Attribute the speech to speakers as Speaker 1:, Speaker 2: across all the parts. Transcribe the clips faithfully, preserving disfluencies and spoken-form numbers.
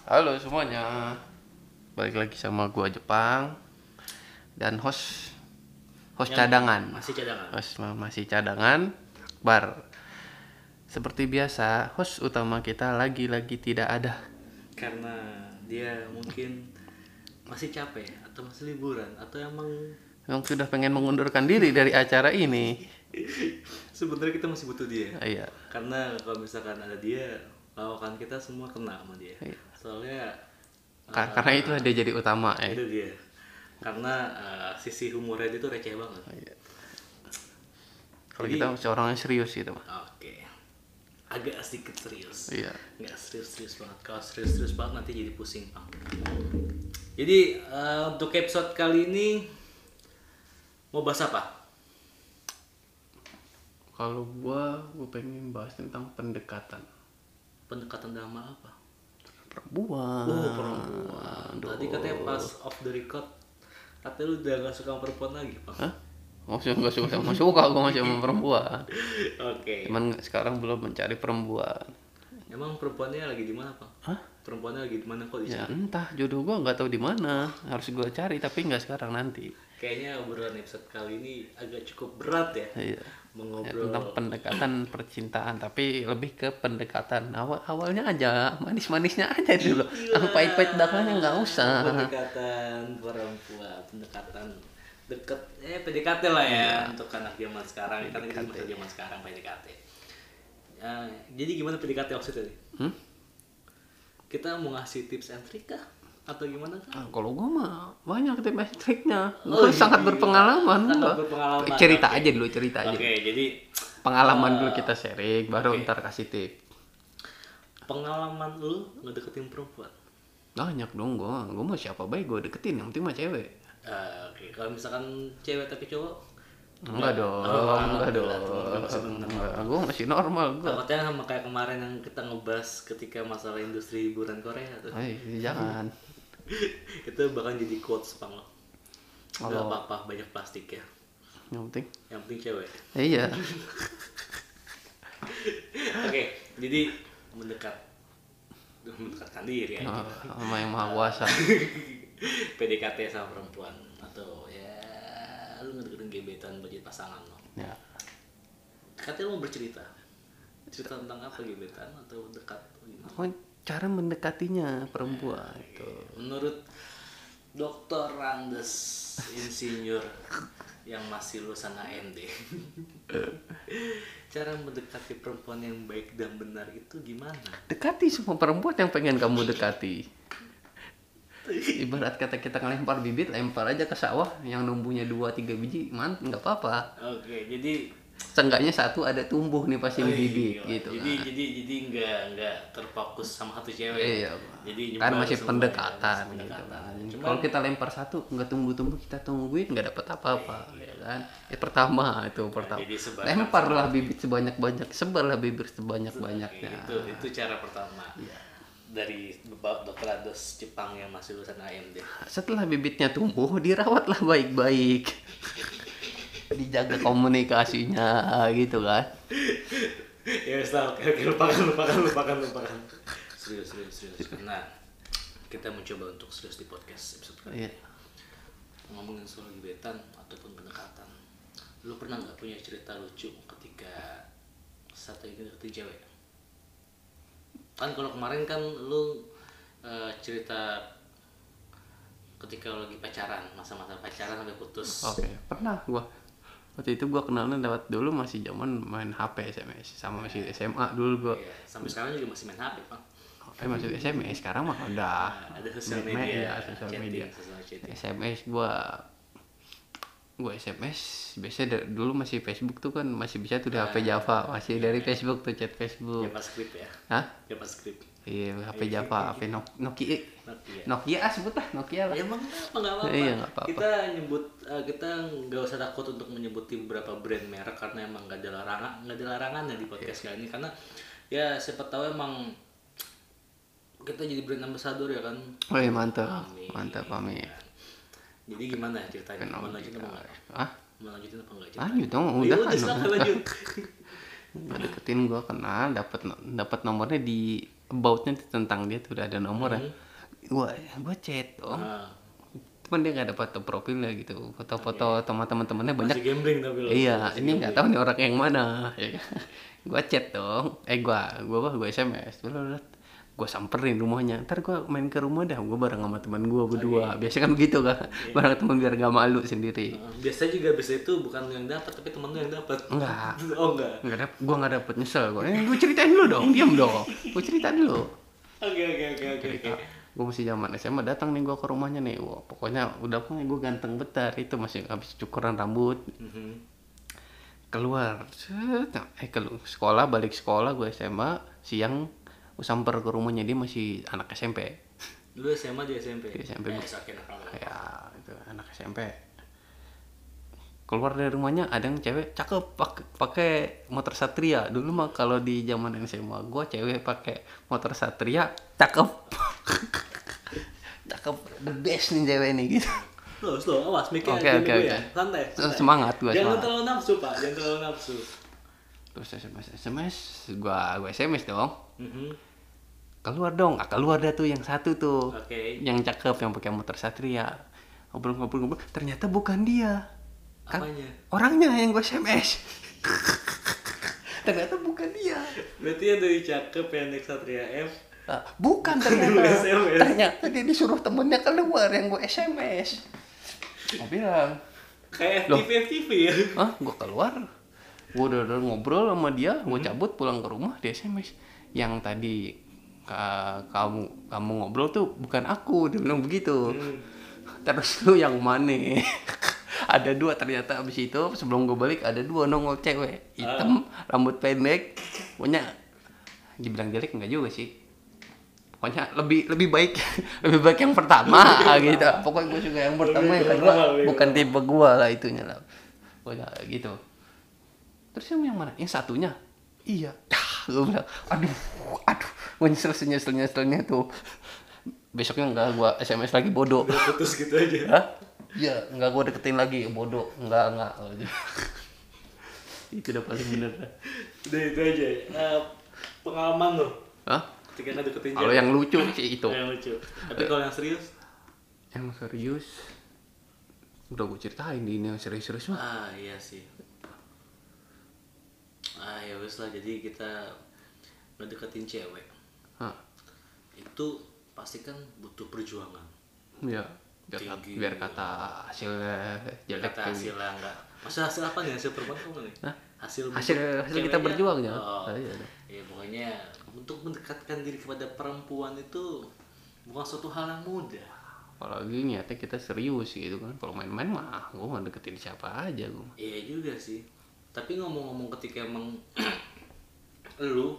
Speaker 1: Halo semuanya, balik lagi sama gua Jepang dan host host
Speaker 2: Yang
Speaker 1: cadangan.
Speaker 2: Masih cadangan.
Speaker 1: Host ma- masih cadangan. Bar. Seperti biasa, host utama kita lagi-lagi tidak ada.
Speaker 2: Karena dia mungkin masih capek atau masih liburan atau emang
Speaker 1: Yang sudah pengen mengundurkan diri dari acara ini.
Speaker 2: sebenarnya kita masih butuh dia.
Speaker 1: Ah, iya.
Speaker 2: Karena kalau misalkan ada dia, lawakan kita semua kena sama dia.
Speaker 1: Iya.
Speaker 2: Soalnya
Speaker 1: Ka-
Speaker 2: eh,
Speaker 1: karena itulah dia jadi utama eh.
Speaker 2: itu dia. Karena eh, sisi humornya dia tuh receh banget.
Speaker 1: Iya. Kalau
Speaker 2: Jadi-
Speaker 1: kita seorang yang serius gitu, mah.
Speaker 2: Oke. Agak sedikit serius.
Speaker 1: Iya.
Speaker 2: Nggak serius-serius banget. Kalau serius-serius banget nanti jadi pusing, Pak. Jadi eh, untuk episode kali ini mau bahas apa?
Speaker 1: Kalau gua, gua pengen bahas tentang pendekatan
Speaker 2: Pendekatan dalam hal apa?
Speaker 1: perempuan.
Speaker 2: Oh, perempuan. Tadi katanya pas off the record katanya lu udah gak suka sama perempuan lagi, Pak.
Speaker 1: Hah? Masih nggak suka sama suka, gue masih sama perempuan.
Speaker 2: Oke.
Speaker 1: Cuman sekarang belum mencari perempuan.
Speaker 2: Emang perempuannya lagi di mana, Pak?
Speaker 1: Hah?
Speaker 2: Perempuannya lagi di mana kok di
Speaker 1: Ya
Speaker 2: sini?
Speaker 1: entah, jodoh gue nggak tahu di mana. Harus gue cari, tapi nggak sekarang nanti.
Speaker 2: Kayaknya obrolan episode kali ini agak cukup berat ya.
Speaker 1: Iya. Ya,
Speaker 2: Mengobrol
Speaker 1: tentang pendekatan percintaan, tapi lebih ke pendekatan awal awalnya aja, manis-manisnya aja dulu. Yang pahit-pahit belakangnya nggak usah.
Speaker 2: pendekatan perempuan, pendekatan deket eh P D K T lah ya untuk anak zaman sekarang. Karena kita masa zaman sekarang P D K T. Ya, jadi gimana P D K T maksudnya tadi?
Speaker 1: Hmm?
Speaker 2: Kita mau ngasih tips and trick kah? Atau gimana kah?
Speaker 1: Ah, kalau gue mah banyak tips and triknya.
Speaker 2: Oh,
Speaker 1: Gue sangat
Speaker 2: iya.
Speaker 1: berpengalaman.
Speaker 2: Sangat
Speaker 1: gua.
Speaker 2: berpengalaman,
Speaker 1: Cerita
Speaker 2: oke.
Speaker 1: aja dulu, cerita aja.
Speaker 2: Oke, jadi
Speaker 1: Pengalaman
Speaker 2: eh,
Speaker 1: dulu kita sharing, baru
Speaker 2: oke.
Speaker 1: ntar kasih tips.
Speaker 2: pengalaman lu ngedeketin perempuan.
Speaker 1: Banyak dong gue, gue mau siapa baik gue deketin, yang penting mah cewek.
Speaker 2: Eh, Oke, kalau misalkan cewek tapi cowok
Speaker 1: Enggak dong,
Speaker 2: Oh,
Speaker 1: enggak dong,
Speaker 2: alhamdulillah, teman-teman masih benar.
Speaker 1: enggak, gue masih normal gue.
Speaker 2: takutnya sama kayak kemarin yang kita ngebahas ketika masalah industri hiburan Korea tuh.
Speaker 1: Ay, jangan.
Speaker 2: Itu bahkan jadi quotes Bang lo. Nggak
Speaker 1: Kalau-
Speaker 2: apa-apa banyak plastik ya.
Speaker 1: Yang penting,
Speaker 2: Yang penting cewek.
Speaker 1: iya.
Speaker 2: Oke, jadi mendekat mendekatkan diri ya.
Speaker 1: Ah, sama yang maha kuasa.
Speaker 2: P D K T sama perempuan atau ya lu ngedeketin gebetan buat jadi pasangan lo.
Speaker 1: Ya,
Speaker 2: Katanya lu mau bercerita. Cerita tentang apa gebetan atau dekat atau gimana?
Speaker 1: oh, cara mendekatinya perempuan itu.
Speaker 2: Menurut Dokter Randes Insinyur yang masih lulusan H M D, cara mendekati perempuan yang baik dan benar itu gimana?
Speaker 1: Dekati semua perempuan yang pengen kamu dekati. Ibarat kata kita ngelempar bibit, lempar aja ke sawah yang numbuhnya dua tiga biji, man, nggak apa-apa.
Speaker 2: Oke, jadi
Speaker 1: Seenggaknya satu ada tumbuh nih pasti
Speaker 2: oh,
Speaker 1: bibit
Speaker 2: iya,
Speaker 1: gitu
Speaker 2: Jadi
Speaker 1: kan.
Speaker 2: jadi jadi nggak nggak terfokus sama satu cewek.
Speaker 1: Iya,
Speaker 2: Jadi
Speaker 1: kan
Speaker 2: nyebar
Speaker 1: masih
Speaker 2: semua ya,
Speaker 1: pendekatan
Speaker 2: masih
Speaker 1: gitu
Speaker 2: pendekatan.
Speaker 1: kan.
Speaker 2: Cuman-
Speaker 1: Kalau kita lempar satu nggak tumbuh-tumbuh, kita tungguin nggak dapat apa-apa ya kan. Ya, pertama itu pertama.
Speaker 2: jadi sebarkan
Speaker 1: Lemparlah bibit sebanyak-banyak, sebarlah bibit sebanyak-banyaknya.
Speaker 2: Itu itu cara pertama.
Speaker 1: Iya.
Speaker 2: Dari Bapak Dokter Randes Jepang yang masih lulusan H M D.
Speaker 1: Setelah bibitnya tumbuh, dirawatlah baik-baik. Dijaga komunikasinya gitu kan.
Speaker 2: Ya wes lah, oke, oke, lupakan, lupakan, lupakan, lupakan. Serius, serius, serius. Karena kita mencoba untuk serius di podcast episode kali
Speaker 1: Iya.
Speaker 2: ini. Ngomongin soal gebetan ataupun pendekatan. Lu pernah nggak punya cerita lucu ketika saat lagi deketin cewek? Kan kalau kemarin kan lu eh, cerita ketika lu lagi pacaran, masa-masa pacaran sampai putus.
Speaker 1: Oke, pernah gua. Waktu itu gua kenalnya lewat dulu masih zaman main H P S M S sama masih S M A dulu gua.
Speaker 2: Iya, sampai sekarang juga masih main H P, Bang.
Speaker 1: Eh masih S M S, sekarang mah udah.
Speaker 2: Nah, ada sosial
Speaker 1: Me- me-
Speaker 2: media,
Speaker 1: iya, sosial
Speaker 2: chatting,
Speaker 1: media.
Speaker 2: sosial chatting.
Speaker 1: S M S gua gua S M S biasanya da- dulu masih Facebook tuh kan masih bisa tuh di H P Java, masih dari Facebook tuh chat Facebook.
Speaker 2: JavaScript ya.
Speaker 1: Hah?
Speaker 2: JavaScript.
Speaker 1: Iya, H P Java, H P Nok- Nokia.
Speaker 2: Nokia.
Speaker 1: Nokia ah, sebut lah Nokia lah.
Speaker 2: Ya emang apa nggak apa-apa.
Speaker 1: Iya, nggak apa-apa.
Speaker 2: Kita nyebut eh, kita nggak usah takut untuk menyebutin beberapa brand merek karena emang nggak ada larangan nggak ada larangannya di podcast kali ini karena ya siapa tahu emang kita jadi brand ambassador ya kan.
Speaker 1: Oh iya, mantap.
Speaker 2: Amin.
Speaker 1: Mantap, amin.
Speaker 2: Jadi gimana ceritanya?
Speaker 1: Kenapa
Speaker 2: Mau lanjutin apa enggak?
Speaker 1: Ah,
Speaker 2: Mau lanjutin apa enggak ceritanya?
Speaker 1: lanjut dong,
Speaker 2: Ya
Speaker 1: udah
Speaker 2: udah
Speaker 1: kan.
Speaker 2: silakan lanjut.
Speaker 1: Nggak deketin gua kenal, dapat dapat nomornya di about-nya tuh tentang dia tuh udah ada nomornya.
Speaker 2: Hmm.
Speaker 1: Gua gua chat dong.
Speaker 2: Nah,
Speaker 1: Cuman dia nggak ada foto profilnya gitu. Foto-foto sama teman-temannya banyak.
Speaker 2: masih gambling tapi lo.
Speaker 1: Iya,
Speaker 2: Masih
Speaker 1: ini nggak
Speaker 2: gambling.
Speaker 1: tahu nih orang yang mana. Ya kan? Gua chat dong. Eh gua gua apa? Gua S M S. Gua samperin rumahnya. Ntar gua main ke rumah dah. Gua bareng sama teman gua berdua. Biasa kan begitu kan. Bareng teman biar nggak malu sendiri.
Speaker 2: Nah, biasanya juga biasa itu bukan lu yang dapat tapi temen lu yang dapat.
Speaker 1: Enggak.
Speaker 2: Oh enggak.
Speaker 1: Nggak dapet, gua nggak dapet nyesel gua. Eh, gua ceritain dulu dong. Diam dong. Gua ceritain dulu.
Speaker 2: Oke oke oke oke oke.
Speaker 1: Gue masih zaman S M A datang nih gue ke rumahnya nih. Wah, pokoknya udah pokoknya gue ganteng betar itu masih habis cukuran rambut.
Speaker 2: Mhm.
Speaker 1: Keluar. Set, eh ke sekolah balik sekolah gue S M A siang gue samper ke rumahnya dia masih anak S M P.
Speaker 2: Dulu S M A di S M P.
Speaker 1: Di S M P.
Speaker 2: Eh, sakit apa?
Speaker 1: Ya itu anak S M P. Keluar dari rumahnya ada yang cewek cakep pakai pakai motor Satria. Dulu mah kalau di zaman S M A gue cewek pakai motor Satria cakep. Cakep the best nih cewek nih gitu.
Speaker 2: Slow, slow, awas, mikir
Speaker 1: Oke,
Speaker 2: gini
Speaker 1: oke,
Speaker 2: gue
Speaker 1: oke.
Speaker 2: ya. Santai, santai.
Speaker 1: Semangat gua,
Speaker 2: Jangan
Speaker 1: semangat.
Speaker 2: terlalu nafsu, Pak. Jangan terlalu nafsu.
Speaker 1: Terus S M S S M S gua gua S M S dong.
Speaker 2: Mhm.
Speaker 1: Keluar dong, ah, keluar dah tuh yang satu tuh.
Speaker 2: Oke.
Speaker 1: Yang cakep yang pakai motor Satria. Ngobrol-ngobrol-ngobrol, ternyata bukan dia. Kan
Speaker 2: Apanya?
Speaker 1: orangnya yang gua S M S. Ternyata bukan dia.
Speaker 2: Berarti yang dari cakep yang naik Satria F.
Speaker 1: Ah, bukan
Speaker 2: Lu
Speaker 1: ternyata.
Speaker 2: S M S.
Speaker 1: Ternyata dia disuruh temennya keluar yang gua S M S. Gua bilang,
Speaker 2: Kayak
Speaker 1: Loh.
Speaker 2: F T V F T V ya.
Speaker 1: "Hah, gua keluar." Gua udah, udah ngobrol sama dia, gua cabut pulang ke rumah di S M S. Yang tadi ka- kamu kamu ngobrol tuh bukan aku, dia bilang begitu.
Speaker 2: Hmm.
Speaker 1: Terus lu yang mana? Ada dua ternyata abis itu sebelum gue balik ada dua nongol cewek hitam rambut pendek, pokoknya dibilang jelek enggak juga sih, pokoknya lebih lebih baik lebih baik yang pertama gitu. Pokoknya gue suka yang pertama, yang kedua bukan tipe gue lah itunya lah, pokoknya gitu. Terus yang mana? Yang satunya iya. Gue bilang aduh aduh gue nyesel nyesel nyeselnya tuh. Besoknya enggak gue S M S lagi bodoh.
Speaker 2: Udah putus gitu aja.
Speaker 1: Hah? Iya, enggak gue deketin lagi, bodoh. Enggak, enggak. Itu udah paling bener.
Speaker 2: Udah itu aja. Eh, pengalaman lo
Speaker 1: Hah?
Speaker 2: ketika ngedeketin
Speaker 1: Kalau
Speaker 2: cewek.
Speaker 1: yang lucu sih itu.
Speaker 2: Yang lucu. Tapi kalau yang serius?
Speaker 1: Yang serius udah gue ceritain di ini yang serius-serius mah.
Speaker 2: Ah iya sih. Ah ya wes lah, jadi kita ngedeketin cewek
Speaker 1: Hah.
Speaker 2: itu pasti kan butuh perjuangan.
Speaker 1: Ya, biar, kata,
Speaker 2: Tinggi.
Speaker 1: biar kata hasilnya jelek
Speaker 2: Kata
Speaker 1: kayak gitu.
Speaker 2: hasilnya enggak. Masa hasil apa nih? Hasil perempuan kamu nih?
Speaker 1: Hah?
Speaker 2: Hasil
Speaker 1: Hasil
Speaker 2: bentuk
Speaker 1: hasil kita
Speaker 2: ceweknya?
Speaker 1: berjuang ya.
Speaker 2: Oh.
Speaker 1: Ah, iya, iya.
Speaker 2: Ya pokoknya untuk mendekatkan diri kepada perempuan itu bukan suatu hal yang mudah.
Speaker 1: Apalagi niatnya kita serius gitu kan. Kalau main-main mah gue mau deketin siapa aja gue.
Speaker 2: Iya juga sih. Tapi ngomong-ngomong ketika emang lu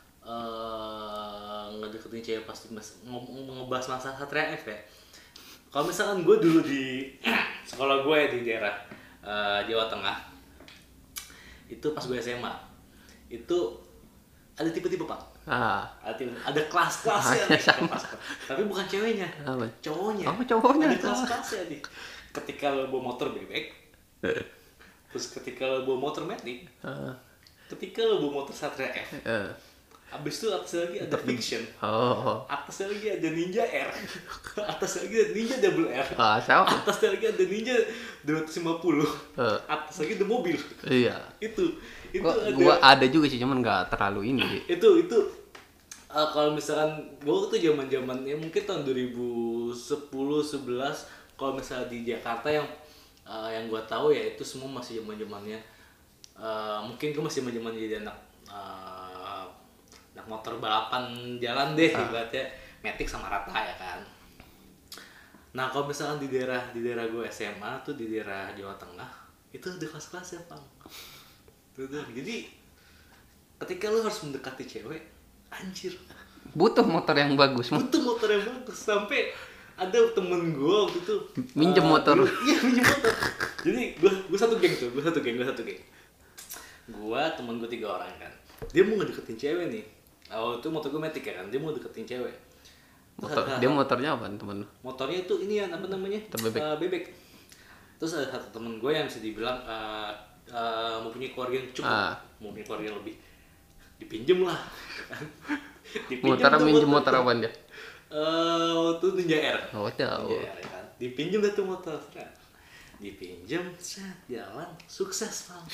Speaker 2: uh, ngedeketin cewek pasti mas, ngomong ngebahas masalah Satria F ya. Kalau misalkan gue dulu di sekolah gue di daerah uh, Jawa Tengah, itu pas gue S M A, itu ada tipe-tipe pak.
Speaker 1: Ah,
Speaker 2: Ada, tipe- ada kelas-kelasnya nih, kelas-kelas. Tapi bukan ceweknya,
Speaker 1: Apa?
Speaker 2: cowoknya.
Speaker 1: Oh, cowoknya.
Speaker 2: Ada kelas-kelasnya nih. Ketika lo bawa motor bebek, terus ketika lo bawa motor Matic,
Speaker 1: ah,
Speaker 2: ketika lo bawa motor Satria F,
Speaker 1: eh.
Speaker 2: abis itu atasnya lagi ada Fiction,
Speaker 1: Oh,
Speaker 2: atasnya lagi ada Ninja R, atasnya lagi ada Ninja Double R,
Speaker 1: ah, sama.
Speaker 2: atasnya lagi ada Ninja dua ratus lima puluh,
Speaker 1: Eh.
Speaker 2: atas lagi ada mobil.
Speaker 1: Iya.
Speaker 2: Itu, itu
Speaker 1: Gua,
Speaker 2: ada.
Speaker 1: gua ada juga sih, cuman nggak terlalu ini.
Speaker 2: itu itu uh, kalau misalkan gue tuh zaman zaman ya mungkin tahun dua ribu sepuluh sebelas, kalau misalnya di Jakarta yang uh, yang gue tahu ya itu semua masih zaman zamannya uh, mungkin gue masih zaman zaman jadi anak uh, anak motor balapan jalan deh ibaratnya Matic sama rata ya kan. Nah kalau misalkan di daerah di daerah gue S M A tuh di daerah Jawa Tengah itu ada kelas-kelasnya bang. Tuh, tuh. Jadi ketika lu harus mendekati cewek, anjir,
Speaker 1: Butuh motor yang bagus.
Speaker 2: butuh motor yang bagus. Sampai ada temen gue waktu itu
Speaker 1: Minjem
Speaker 2: uh,
Speaker 1: motor.
Speaker 2: dulu- iya minjem motor. Jadi gue gue satu geng tuh, gue satu geng, gue satu geng. Gue temen gue tiga orang kan. Dia mau ngedeketin cewek nih. Oh itu motor gue Matic ya kan. Dia mau deketin cewek. Terus
Speaker 1: Motor,
Speaker 2: ada-
Speaker 1: dia motornya apa temen lu?
Speaker 2: motornya itu ini ya apa namanya?
Speaker 1: Motor bebek.
Speaker 2: Uh, bebek. Terus ada satu temen gue yang bisa dibilang uh, uh, mempunyai keluarga yang cukup,
Speaker 1: Ah.
Speaker 2: mempunyai keluarga yang lebih, dipinjem lah. Dipinjam
Speaker 1: Motor
Speaker 2: tuh
Speaker 1: minjem
Speaker 2: motor
Speaker 1: motor
Speaker 2: tuh.
Speaker 1: apaan dia?
Speaker 2: Eh, waktu Ninja R.
Speaker 1: Oh, tahu.
Speaker 2: Ninja R ya kan. Dipinjam dah tuh motor. Set. Dipinjam, set, jalan, sukses bang.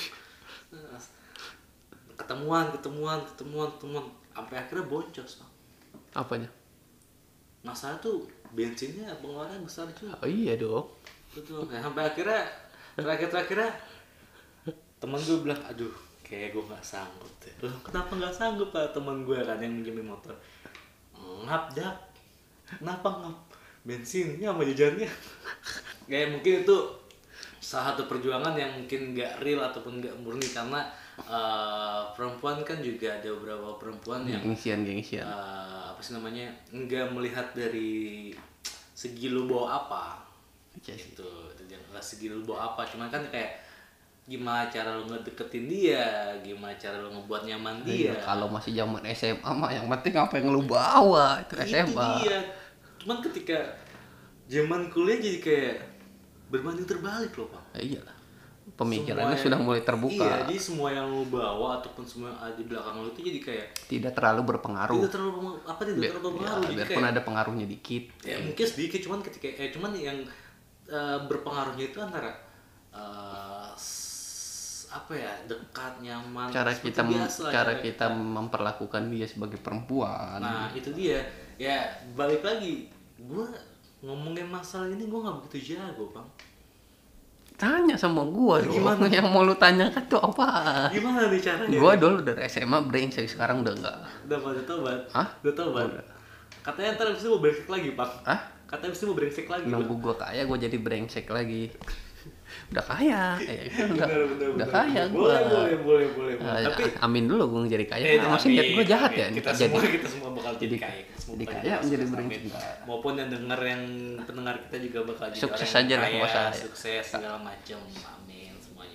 Speaker 2: Ketemuan, ketemuan, ketemuan, ketemuan, sampai akhirnya boncos bang.
Speaker 1: Apanya?
Speaker 2: Masalah tuh bensinnya pengeluaran besar juga.
Speaker 1: Oh iya dong.
Speaker 2: Betul. Nah, sampai akhirnya terakhir-terakhirnya temen gue bilang, aduh kayak gue nggak sanggup deh. Loh kenapa nggak sanggup pak? Temen gue kan yang minjemin motor. Ngap dah. Kenapa ngap? Bensinnya sama jajannya. Kayak mungkin itu salah satu perjuangan yang mungkin nggak real ataupun nggak murni karena uh, perempuan kan juga ada beberapa perempuan yang
Speaker 1: Gengsian, gengsian.
Speaker 2: uh, apa sih namanya nggak melihat dari segi lu bawa apa.
Speaker 1: Yes.
Speaker 2: Gitu, jangan segi lu bawa apa, cuman kan kayak gimana cara lu ngedeketin dia, gimana cara lu ngebuat nyaman dia.
Speaker 1: Iya, kalau masih zaman S M A mah yang penting apa yang lu bawa itu S M A.
Speaker 2: Itu dia. Cuman ketika zaman kuliah jadi kayak berbanding terbalik loh pak.
Speaker 1: Ya, iyalah. Pemikirannya
Speaker 2: Semua
Speaker 1: sudah
Speaker 2: yang-
Speaker 1: mulai terbuka.
Speaker 2: Iya, jadi semua yang lu bawa ataupun semua yang ada di belakang lu itu jadi kayak
Speaker 1: Tidak terlalu berpengaruh.
Speaker 2: tidak terlalu peng- apa tidak
Speaker 1: Biar-
Speaker 2: terlalu
Speaker 1: ya,
Speaker 2: berpengaruh. Jadi
Speaker 1: biarpun
Speaker 2: kayak
Speaker 1: ada pengaruhnya dikit.
Speaker 2: ya mungkin sedikit, cuman ketika eh cuman yang eh, berpengaruhnya itu antara eh, s- apa ya dekat nyaman
Speaker 1: Cara
Speaker 2: seperti
Speaker 1: kita mem-
Speaker 2: biasa,
Speaker 1: cara kita memperlakukan dia sebagai perempuan.
Speaker 2: nah itu dia ya balik lagi gue ngomongin masalah ini gue nggak begitu jago bang.
Speaker 1: Tanya sama gua dong.
Speaker 2: Gimana?
Speaker 1: Yang mau lu tanyakan tuh apa?
Speaker 2: Gimana nih caranya?
Speaker 1: Gua dulu dari S M A brengsek, sekarang udah enggak.
Speaker 2: Udah pada tobat?
Speaker 1: Hah?
Speaker 2: Udah tobat?
Speaker 1: Udah.
Speaker 2: Katanya ntar abis itu mau brengsek lagi pak.
Speaker 1: Hah?
Speaker 2: Katanya abis itu mau brengsek lagi.
Speaker 1: Nunggu gua kaya gua jadi brengsek lagi. Udah kaya, ya kan udah,
Speaker 2: Bener, bener,
Speaker 1: udah
Speaker 2: bener.
Speaker 1: kaya gua.
Speaker 2: Boleh, boleh, boleh, boleh.
Speaker 1: Ah,
Speaker 2: Tapi
Speaker 1: amin dulu gua jadi kaya.
Speaker 2: Eh,
Speaker 1: Masih
Speaker 2: amin,
Speaker 1: niat gua jahat
Speaker 2: amin.
Speaker 1: ya.
Speaker 2: Kita
Speaker 1: jadi
Speaker 2: semua kita semua bakal jadi
Speaker 1: jadi-
Speaker 2: kaya. Semua
Speaker 1: jadi
Speaker 2: bakal
Speaker 1: kaya menjadi
Speaker 2: sukses,
Speaker 1: brengsek.
Speaker 2: amin. Maupun yang denger yang pendengar kita juga bakal jadi
Speaker 1: Sukses
Speaker 2: orang
Speaker 1: aja lah,
Speaker 2: kaya,
Speaker 1: nggak usah.
Speaker 2: sukses segala macam. Amin semuanya.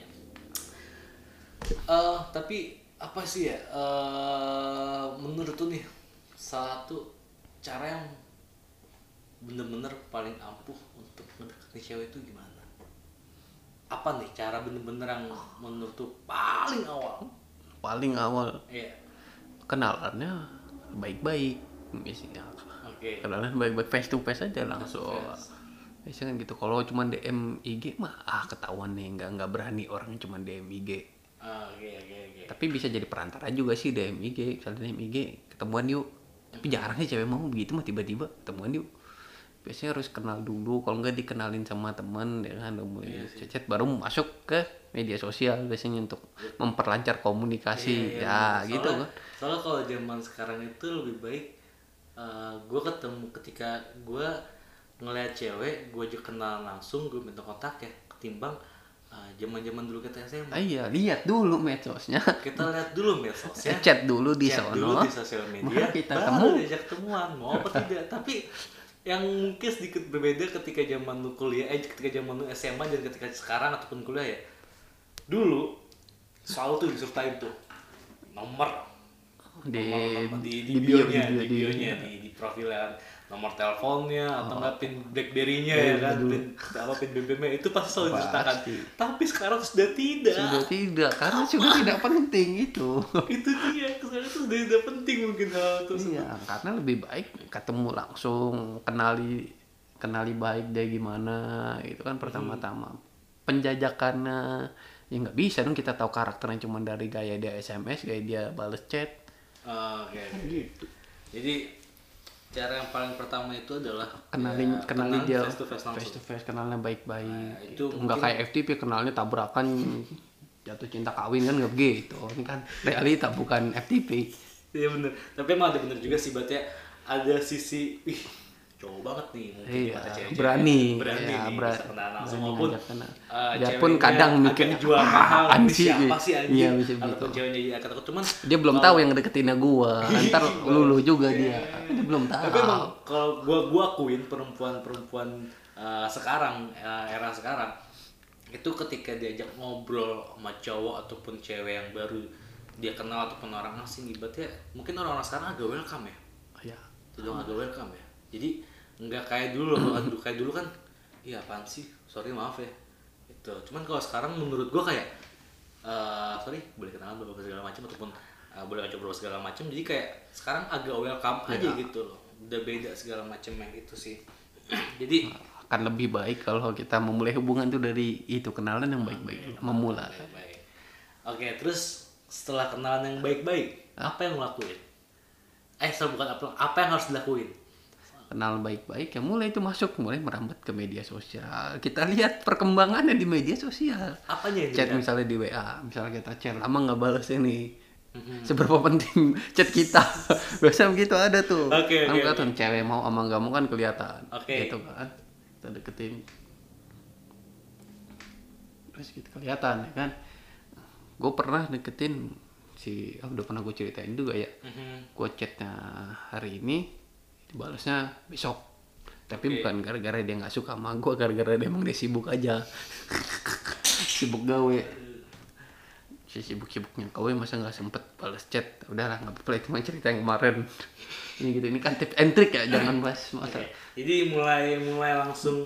Speaker 2: Eh tapi apa sih ya? Eh menurut tuh nih salah satu cara yang bener-bener paling ampuh untuk mendekati cewek itu gimana? Apa nih cara bener-bener yang menurut tuh paling awal?
Speaker 1: paling awal
Speaker 2: Iya.
Speaker 1: kenalannya baik-baik biasanya.
Speaker 2: Oke.
Speaker 1: Kenalan baik-baik, face to face aja langsung.
Speaker 2: face.
Speaker 1: Biasanya kan gitu. Kalau cuma D M I G mah ah ketahuan nih, nggak nggak berani orang cuma D M I G.
Speaker 2: Ah, Oke oke oke.
Speaker 1: Tapi bisa jadi perantara juga sih D M I G. Misalnya D M I G ketemuan yuk. Tapi jarang sih cewek mau begitu mah tiba-tiba ketemuan yuk. Biasanya harus kenal dulu. Kalau nggak dikenalin sama teman ya kan, udah mulai
Speaker 2: Iya sih.
Speaker 1: chat baru masuk ke media sosial biasanya untuk memperlancar komunikasi.
Speaker 2: Iya,
Speaker 1: ya
Speaker 2: iya,
Speaker 1: gitu
Speaker 2: soalnya,
Speaker 1: kan.
Speaker 2: Soalnya kalau zaman sekarang itu lebih baik gue ketemu ketika gue ngeliat cewek, gue aja kenal langsung, gue minta kontak ya, ketimbang eh, zaman-zaman dulu kita S M A.
Speaker 1: Ah, iya, lihat dulu medsosnya.
Speaker 2: Kita lihat dulu medsosnya,
Speaker 1: Chat dulu di
Speaker 2: chat
Speaker 1: sono.
Speaker 2: dulu di sosial media,
Speaker 1: Baru kita
Speaker 2: baru
Speaker 1: temu.
Speaker 2: diajak ketemuan, mau apa tidak. Tapi yang mungkin sedikit berbeda ketika zaman lu kuliah, eh ketika zaman lu S M A dan ketika sekarang ataupun kuliah ya. Dulu selalu tuh disertai tuh nomor
Speaker 1: di
Speaker 2: nomor, di, di,
Speaker 1: di bio,
Speaker 2: bionya,
Speaker 1: di bio,
Speaker 2: di bionya, di, di profilnya, nomor teleponnya atau
Speaker 1: Oh.
Speaker 2: nggak pin BlackBerry-nya
Speaker 1: Iya,
Speaker 2: ya kan,
Speaker 1: dulu.
Speaker 2: pin apa pin B B M itu pasti selalu
Speaker 1: Pasti.
Speaker 2: diceritakan. Tapi sekarang sudah tidak.
Speaker 1: sudah tidak, karena sudah tidak penting itu.
Speaker 2: Itu dia, sekarang itu sudah tidak penting mungkin hal tersebut.
Speaker 1: Iya, karena lebih baik ketemu langsung, kenali kenali baik dia gimana, itu kan pertama-tama. Penjajakannya ya nggak bisa dong kita tahu karakternya cuma dari gaya dia S M S, gaya dia bales chat.
Speaker 2: Oh, Oke. oke.
Speaker 1: Gitu.
Speaker 2: Jadi cara yang paling pertama itu adalah
Speaker 1: Kenalin
Speaker 2: ya,
Speaker 1: kenalin
Speaker 2: kenal
Speaker 1: dia
Speaker 2: face to face langsung.
Speaker 1: face to face, kenalnya baik-baik.
Speaker 2: Nah, itu
Speaker 1: gitu. Nggak
Speaker 2: mungkin-
Speaker 1: kayak F T P kenalnya tabrakan jatuh cinta kawin kan nggak begitu. Ini kan realita bukan F T P.
Speaker 2: Iya bener. Tapi emang ada bener juga sih berarti ya, ada sisi ih cowok banget nih mungkin
Speaker 1: Iya,
Speaker 2: di mata cewek-cewek.
Speaker 1: berani,
Speaker 2: berani
Speaker 1: ya,
Speaker 2: nih
Speaker 1: ber-
Speaker 2: bisa kenal langsung
Speaker 1: berani
Speaker 2: maupun
Speaker 1: ngajak kenal.
Speaker 2: uh,
Speaker 1: Biarpun
Speaker 2: ceweknya
Speaker 1: kadang
Speaker 2: agak
Speaker 1: mikir,
Speaker 2: jual mahal
Speaker 1: apaan
Speaker 2: ini
Speaker 1: sih?
Speaker 2: siapa sih anjing
Speaker 1: Iya, bisa
Speaker 2: ataupun
Speaker 1: begitu.
Speaker 2: ceweknya jadi agak takut cuman
Speaker 1: Dia belum
Speaker 2: kalau-
Speaker 1: tahu yang deketinnya gua, ntar lulu juga dia. Dia belum tahu.
Speaker 2: tapi emang kalau gua gua akuin perempuan-perempuan uh, sekarang uh, era sekarang itu ketika diajak ngobrol sama cowok ataupun cewek yang baru dia kenal ataupun orang asing ibaratnya mungkin orang-orang sekarang agak welcome ya.
Speaker 1: Ya.
Speaker 2: Sudah agak welcome ya. Jadi nggak kayak dulu loh, kalau dulu kayak dulu kan, iya apaan sih, sorry maaf ya. Itu. Cuman kalau sekarang menurut gua kayak, eh sorry boleh kenalan beberapa segala macam ataupun uh, boleh ngajak ngobrol segala macam. Jadi kayak sekarang agak welcome aja
Speaker 1: Ya.
Speaker 2: gitu loh. Udah beda segala macam yang itu sih. Jadi
Speaker 1: Akan lebih baik kalau kita memulai hubungan tuh dari itu, kenalan yang baik-baik, memulai.
Speaker 2: baik-baik. Oke, terus setelah kenalan yang baik-baik,
Speaker 1: Hah?
Speaker 2: apa yang lo lakuin? Eh, setelah bukan apa, apa yang harus dilakuin?
Speaker 1: Kenal baik-baik ya mulai itu masuk, mulai merambat ke media sosial. Kita lihat perkembangannya di media sosial.
Speaker 2: Apanya yang
Speaker 1: Chat
Speaker 2: dilihat?
Speaker 1: misalnya di W A, misalnya kita chat lama nggak balas ini.
Speaker 2: Mhm.
Speaker 1: Seberapa penting chat kita. Biasanya begitu ada tuh.
Speaker 2: Oke,
Speaker 1: Kan
Speaker 2: oke,
Speaker 1: kelihatan cewek mau sama nggak mau kan kelihatan.
Speaker 2: Oke.
Speaker 1: Gitu kan. Kita deketin. Terus kita kelihatan ya kan. Gue pernah deketin si, oh, udah pernah gue ceritain juga ya.
Speaker 2: Mhm.
Speaker 1: Gue chatnya hari ini, dibalasnya besok. Tapi
Speaker 2: Oke.
Speaker 1: bukan gara-gara dia nggak suka sama gue, gara-gara dia emang dia sibuk aja. Sibuk gawe. Si sibuk-sibuknya gawe masa nggak sempet balas chat. Udahlah nggak apa-apa, itu mah cerita yang kemarin. Ini gitu, ini kan tips and trick ya, jangan bahas masa.
Speaker 2: Oke. Jadi mulai mulai langsung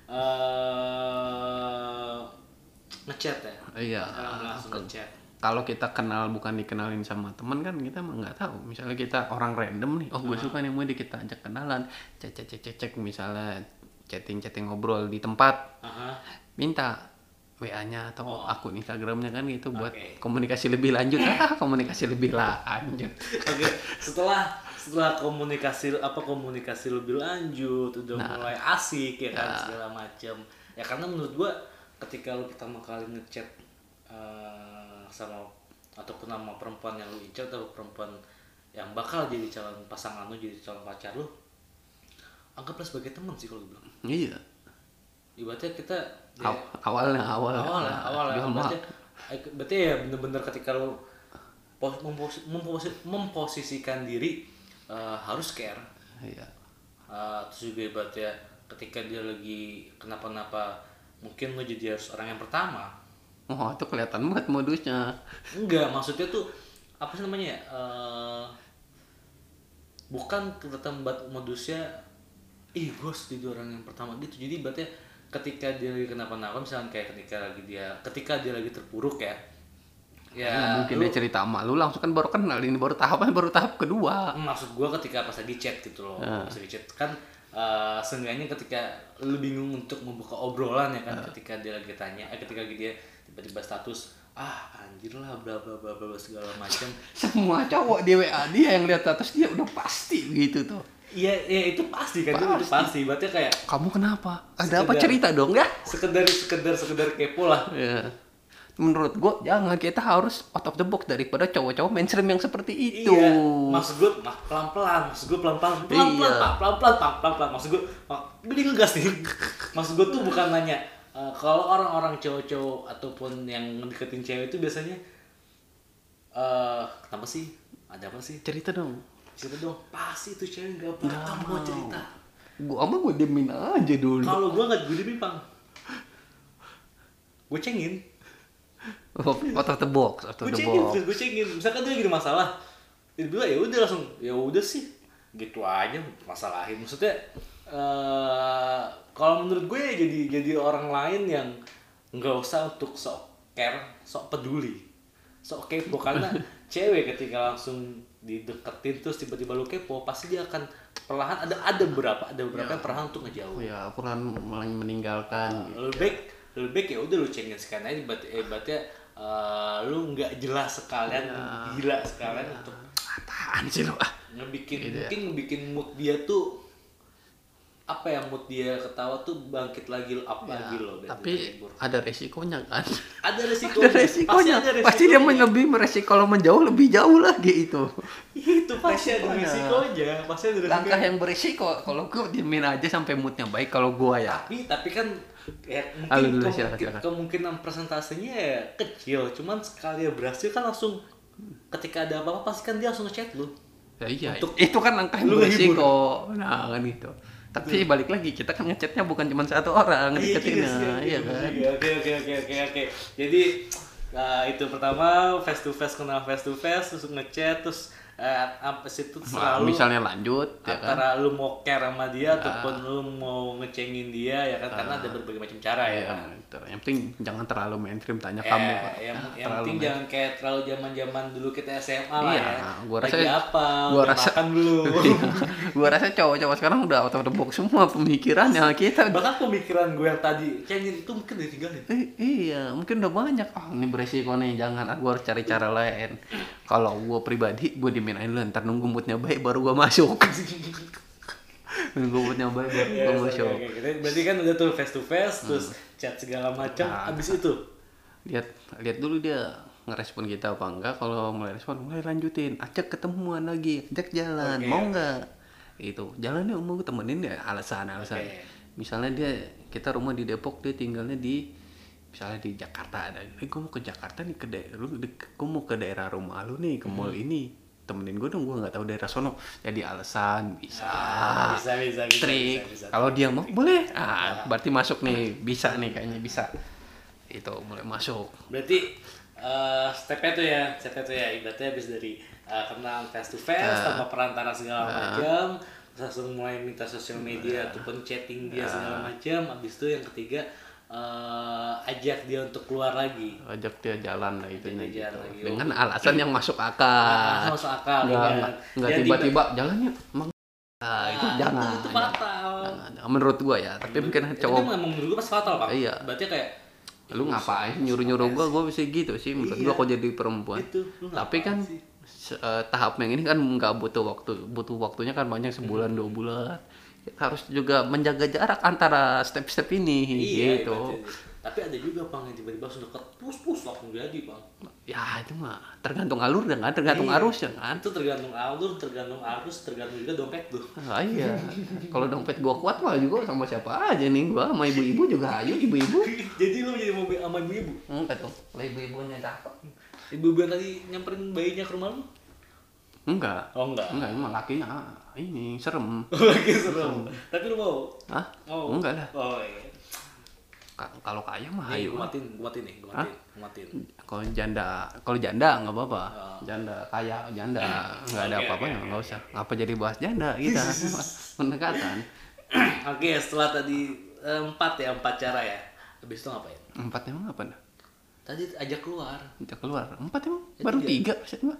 Speaker 2: eh ngechat ya.
Speaker 1: Iya.
Speaker 2: Sekarang langsung ngechat.
Speaker 1: Kalau kita kenal bukan dikenalin sama teman kan kita mah nggak tahu. Misalnya kita orang random nih, oh gue suka nih, mau di kita ajak kenalan, cek cek cek cek, cek misalnya chatting chatting ngobrol di tempat,
Speaker 2: Aha.
Speaker 1: minta W A-nya atau akun Instagramnya kan gitu buat
Speaker 2: Oke.
Speaker 1: komunikasi lebih lanjut. Ah, komunikasi lebih lanjut.
Speaker 2: Oke, setelah setelah komunikasi apa komunikasi lebih lanjut, udah
Speaker 1: Nah.
Speaker 2: mulai asik ya kan
Speaker 1: Ya.
Speaker 2: segala macam. Ya karena menurut gua ketika lu pertama kali ngechat eh, sama ataupun sama perempuan yang lu incar atau perempuan yang bakal jadi calon pasangan lu, jadi calon pacar lu, anggaplah sebagai teman sih kalau gue bilang.
Speaker 1: Iya.
Speaker 2: Ibaratnya kita ya,
Speaker 1: Aw- awalnya awal
Speaker 2: awal ya, awal ya.
Speaker 1: Dia mah-
Speaker 2: Berarti, berarti ya bener-bener ketika lu pos- memposi- memposi- memposisikan diri eh, harus care.
Speaker 1: Iya.
Speaker 2: Eh, terus juga ibaratnya ketika dia lagi kenapa-napa mungkin lu jadi harus orang yang pertama.
Speaker 1: Oh, itu kelihatan banget modusnya.
Speaker 2: Enggak, maksudnya tuh apa sih namanya ya? Eh, bukan kelihatan banget modusnya ih gue harus jadi orang yang pertama gitu. Jadi ibaratnya ketika dia lagi kenapa-napa, misalnya kayak ketika lagi dia ketika dia lagi terpuruk ya, ya
Speaker 1: Nggak mungkin
Speaker 2: lu-
Speaker 1: dia cerita sama lu langsung kan baru kenal, ini baru tahapan baru tahap kedua.
Speaker 2: maksud gue ketika pas lagi chat gitu loh,
Speaker 1: Ah.
Speaker 2: pas lagi chat kan eh, seenggaknya ketika lu bingung untuk membuka obrolan ya kan, ketika dia lagi tanya, eh ketika lagi dia tiba-tiba status ah anjir lah bla bla bla bla segala macam.
Speaker 1: Semua cowok di W A dia yang lihat status dia udah pasti begitu tuh.
Speaker 2: Iya, iya itu pasti kan, itu
Speaker 1: Pasti.
Speaker 2: pasti. Berarti kayak
Speaker 1: Kamu kenapa? Ada apa
Speaker 2: Sekedar-
Speaker 1: cerita dong ya?
Speaker 2: sekedar sekedar sekedar kepo lah.
Speaker 1: Ya. Menurut gua jangan, kita harus out of the box daripada cowok-cowok mainstream yang seperti itu.
Speaker 2: Iya, maksud gue mah pelan-pelan, maksud gue pelan-pelan, pelan-pelan,
Speaker 1: Iya.
Speaker 2: Pak, pelan-pelan, Pak, pelan-pelan. Maksud gue, gue ngegas nih. Maksud gue tuh bukan nanya eh, kalau orang-orang cowok-cowok ataupun yang ngedeketin cewek itu biasanya eh kenapa sih? Ada apa sih?
Speaker 1: Cerita dong.
Speaker 2: Cerita dong. Pasti itu cewek gak pernah mau cerita.
Speaker 1: Gua ama gua diemin aja dulu.
Speaker 2: Kalau gue nggak gue dimimpang, gue cengin.
Speaker 1: Oh, out of the box, out of
Speaker 2: Gue
Speaker 1: the
Speaker 2: cengin,
Speaker 1: box.
Speaker 2: gue cengin. Misalkan dia lagi ada masalah, dia bilang ya udah langsung, ya udah sih, gitu aja masalahin. Maksudnya, eh kalau menurut gue ya jadi jadi orang lain yang nggak usah untuk sok care, sok peduli, sok kepo karena cewek ketika langsung dideketin terus tiba-tiba lu kepo, pasti dia akan perlahan ada ada beberapa ada beberapa yang perlahan untuk ngejauh.
Speaker 1: Oh ya, peran mulai meninggalkan.
Speaker 2: Lebih baik lebih baik ya udah lu cengin sekalian aja berarti eh, berarti eh, lu nggak jelas sekalian gila sekalian untuk
Speaker 1: Apaan sih lo? Ah.
Speaker 2: ngebikin
Speaker 1: Gitu ya.
Speaker 2: mungkin ngebikin mood dia tuh apa ya, mood dia ketawa tuh bangkit lagi apa
Speaker 1: Ya,
Speaker 2: lagi loh dari
Speaker 1: tapi
Speaker 2: libur.
Speaker 1: ada resikonya kan.
Speaker 2: ada resikonya
Speaker 1: Ada resikonya.
Speaker 2: pasti, ada
Speaker 1: Pasti dia
Speaker 2: resikonya.
Speaker 1: lebih meresiko, kalau menjauh lebih jauh lagi itu.
Speaker 2: itu pasti ada
Speaker 1: Resikonya.
Speaker 2: resikonya pasti ada
Speaker 1: Langkah
Speaker 2: resikonya.
Speaker 1: yang beresiko. Kalau gue diemin aja sampai moodnya baik. Kalau gue ya.
Speaker 2: tapi tapi kan ya,
Speaker 1: Ah, lu
Speaker 2: mungkin
Speaker 1: dulu,
Speaker 2: kemungkin-
Speaker 1: silakan, silakan.
Speaker 2: kemungkinan presentasinya ya kecil, cuman sekali dia berhasil kan langsung ketika ada apa-apa pasti kan dia langsung ngechat lu.
Speaker 1: Ya iya.
Speaker 2: Untuk
Speaker 1: itu kan langkah yang
Speaker 2: lu
Speaker 1: beresiko. Nah kan gitu. Tapi balik lagi, kita kan ngechatnya bukan cuma satu orang
Speaker 2: Iya,
Speaker 1: deketinnya,
Speaker 2: iya,
Speaker 1: iya
Speaker 2: iya,
Speaker 1: kan.
Speaker 2: iya. Oke oke oke oke oke. Jadi nah, itu pertama face to face, kenal face to face, terus ngechat, terus eh, apa sih itu
Speaker 1: Nah,
Speaker 2: selalu
Speaker 1: misalnya lanjut ya kan.
Speaker 2: antara lu mau care sama dia ataupun lu mau ngecengin dia ya kan, karena ada berbagai macam cara ya kan.
Speaker 1: Ya, gitu. Yang penting jangan terlalu mainstream, tanya
Speaker 2: Ya,
Speaker 1: kamu Pak.
Speaker 2: yang,
Speaker 1: Nah,
Speaker 2: yang
Speaker 1: terlalu
Speaker 2: penting
Speaker 1: main-
Speaker 2: jangan kayak terlalu zaman-zaman dulu kita S M A lah
Speaker 1: Iya,
Speaker 2: ya.
Speaker 1: gua rasa-
Speaker 2: Lagi apa?
Speaker 1: gua
Speaker 2: Udah
Speaker 1: rasa-
Speaker 2: makan belum?
Speaker 1: Gua rasa cowok-cowok sekarang udah out of the box semua pemikirannya kita.
Speaker 2: Bahkan pemikiran gue yang tadi cengin itu mungkin ditinggalin.
Speaker 1: Eh, iya, mungkin udah banyak. Ah, ini beresiko nih, jangan. Aku harus cari cara lain. Kalau gue pribadi, gue diminain dulu. Ntar nunggu moodnya baik, baru gue masuk. Nunggu moodnya baik, baru
Speaker 2: Ya,
Speaker 1: gue
Speaker 2: oke,
Speaker 1: masuk.
Speaker 2: oke, oke. Berarti kan udah tuh face to face, terus chat segala macam.
Speaker 1: Nah,
Speaker 2: Abis itu,
Speaker 1: Lihat, lihat dulu dia ngerespon kita apa enggak. Kalau mulai respon, mulai lanjutin. Ajak ketemuan lagi, ajak jalan.
Speaker 2: Oke.
Speaker 1: Mau nggak? Itu jalan yuk, mau temenin ya. Alasan-alasan.
Speaker 2: Oke.
Speaker 1: Misalnya dia, kita rumah di Depok, dia tinggalnya di misalnya di Jakarta ada, eh gue mau ke Jakarta nih, ke daerah lu, gue mau ke daerah rumah lu nih, ke mall ini, temenin gue dong, gue nggak tahu daerah sono, jadi alasan bisa,
Speaker 2: Ah, bisa, bisa, bisa,
Speaker 1: trik.
Speaker 2: bisa, bisa.
Speaker 1: Kalau dia mau boleh, ah berarti masuk nih, bisa nih kayaknya bisa, itu mulai masuk.
Speaker 2: berarti eh, stepnya tuh ya, stepnya tuh ya, ibaratnya habis dari eh, kenal face to face, tanpa perantara segala macam, terus langsung mulai minta sosial media ataupun chatting dia segala macam, habis itu yang ketiga eh, ajak dia untuk keluar lagi.
Speaker 1: Ajak dia jalan lah itunya
Speaker 2: Ajak dia
Speaker 1: gitu.
Speaker 2: jalan lagi.
Speaker 1: Dengan alasan yang masuk
Speaker 2: Ah,
Speaker 1: akal.
Speaker 2: masuk akal,
Speaker 1: Nggak,
Speaker 2: ya.
Speaker 1: nggak, nggak
Speaker 2: Jangan
Speaker 1: tiba-tiba jalannya emang nah, itu
Speaker 2: Ah,
Speaker 1: jangan.
Speaker 2: itu, itu fatal.
Speaker 1: Jangan, jangan. Menurut gua ya, tapi mungkin
Speaker 2: Itu
Speaker 1: cowok
Speaker 2: memang menurut gue pas fatal, Pak.
Speaker 1: Iya.
Speaker 2: Berarti kayak
Speaker 1: lu ngapain nyuruh-nyuruh gua, gua bisa gitu sih menurut
Speaker 2: Iya.
Speaker 1: gua kok jadi perempuan.
Speaker 2: Itu, lu
Speaker 1: Tapi
Speaker 2: ngapain
Speaker 1: kan
Speaker 2: sih?
Speaker 1: se- eh, tahap yang ini kan nggak butuh waktu, butuh waktunya kan banyak sebulan dua bulan. Kita harus juga menjaga jarak antara step-step ini
Speaker 2: Iya,
Speaker 1: gitu.
Speaker 2: ibaratnya. Tapi ada juga Bang yang tiba-tiba langsung deket, pus-pus langsung jadi Bang.
Speaker 1: Ya itu mah tergantung alur dan kan, tergantung
Speaker 2: Iya.
Speaker 1: arus ya kan.
Speaker 2: Itu tergantung alur, tergantung arus, tergantung juga dompet tuh.
Speaker 1: Ah, iya. Kalau dompet gua kuat mah juga sama siapa aja nih, gua sama ibu-ibu juga ayo ibu-ibu.
Speaker 2: Jadi lu jadi mau sama ibu-ibu.
Speaker 1: Enggak tuh, kalau ibu-ibunya cakep.
Speaker 2: Ibu-ibu yang tadi nyamperin bayinya ke rumah lu?
Speaker 1: Enggak.
Speaker 2: Oh enggak.
Speaker 1: Enggak, emang lakinya ah, ini serem.
Speaker 2: Lagi serem. Tapi lu mau?
Speaker 1: Hah?
Speaker 2: Oh.
Speaker 1: Enggak lah.
Speaker 2: Oh iya.
Speaker 1: Ka- Kalau kaya mah
Speaker 2: Nih,
Speaker 1: ayo.
Speaker 2: gua matiin, gua matiin nih, gua matiin, gua matiin.
Speaker 1: Kalau janda, kalau janda nggak apa-apa.
Speaker 2: Oh.
Speaker 1: Janda kaya, janda nggak ada
Speaker 2: Oke,
Speaker 1: apa-apanya,
Speaker 2: oke,
Speaker 1: nggak usah. Ngapa jadi bahas janda kita? Pendekatan.
Speaker 2: Oke, setelah tadi eh, empat ya, empat cara ya. Habis itu ngapain?
Speaker 1: Empat emang apa dah?
Speaker 2: Tadi ajak keluar.
Speaker 1: Kita keluar. Empat emang?
Speaker 2: Ya,
Speaker 1: Baru
Speaker 2: tiga.
Speaker 1: tiga maksud gua.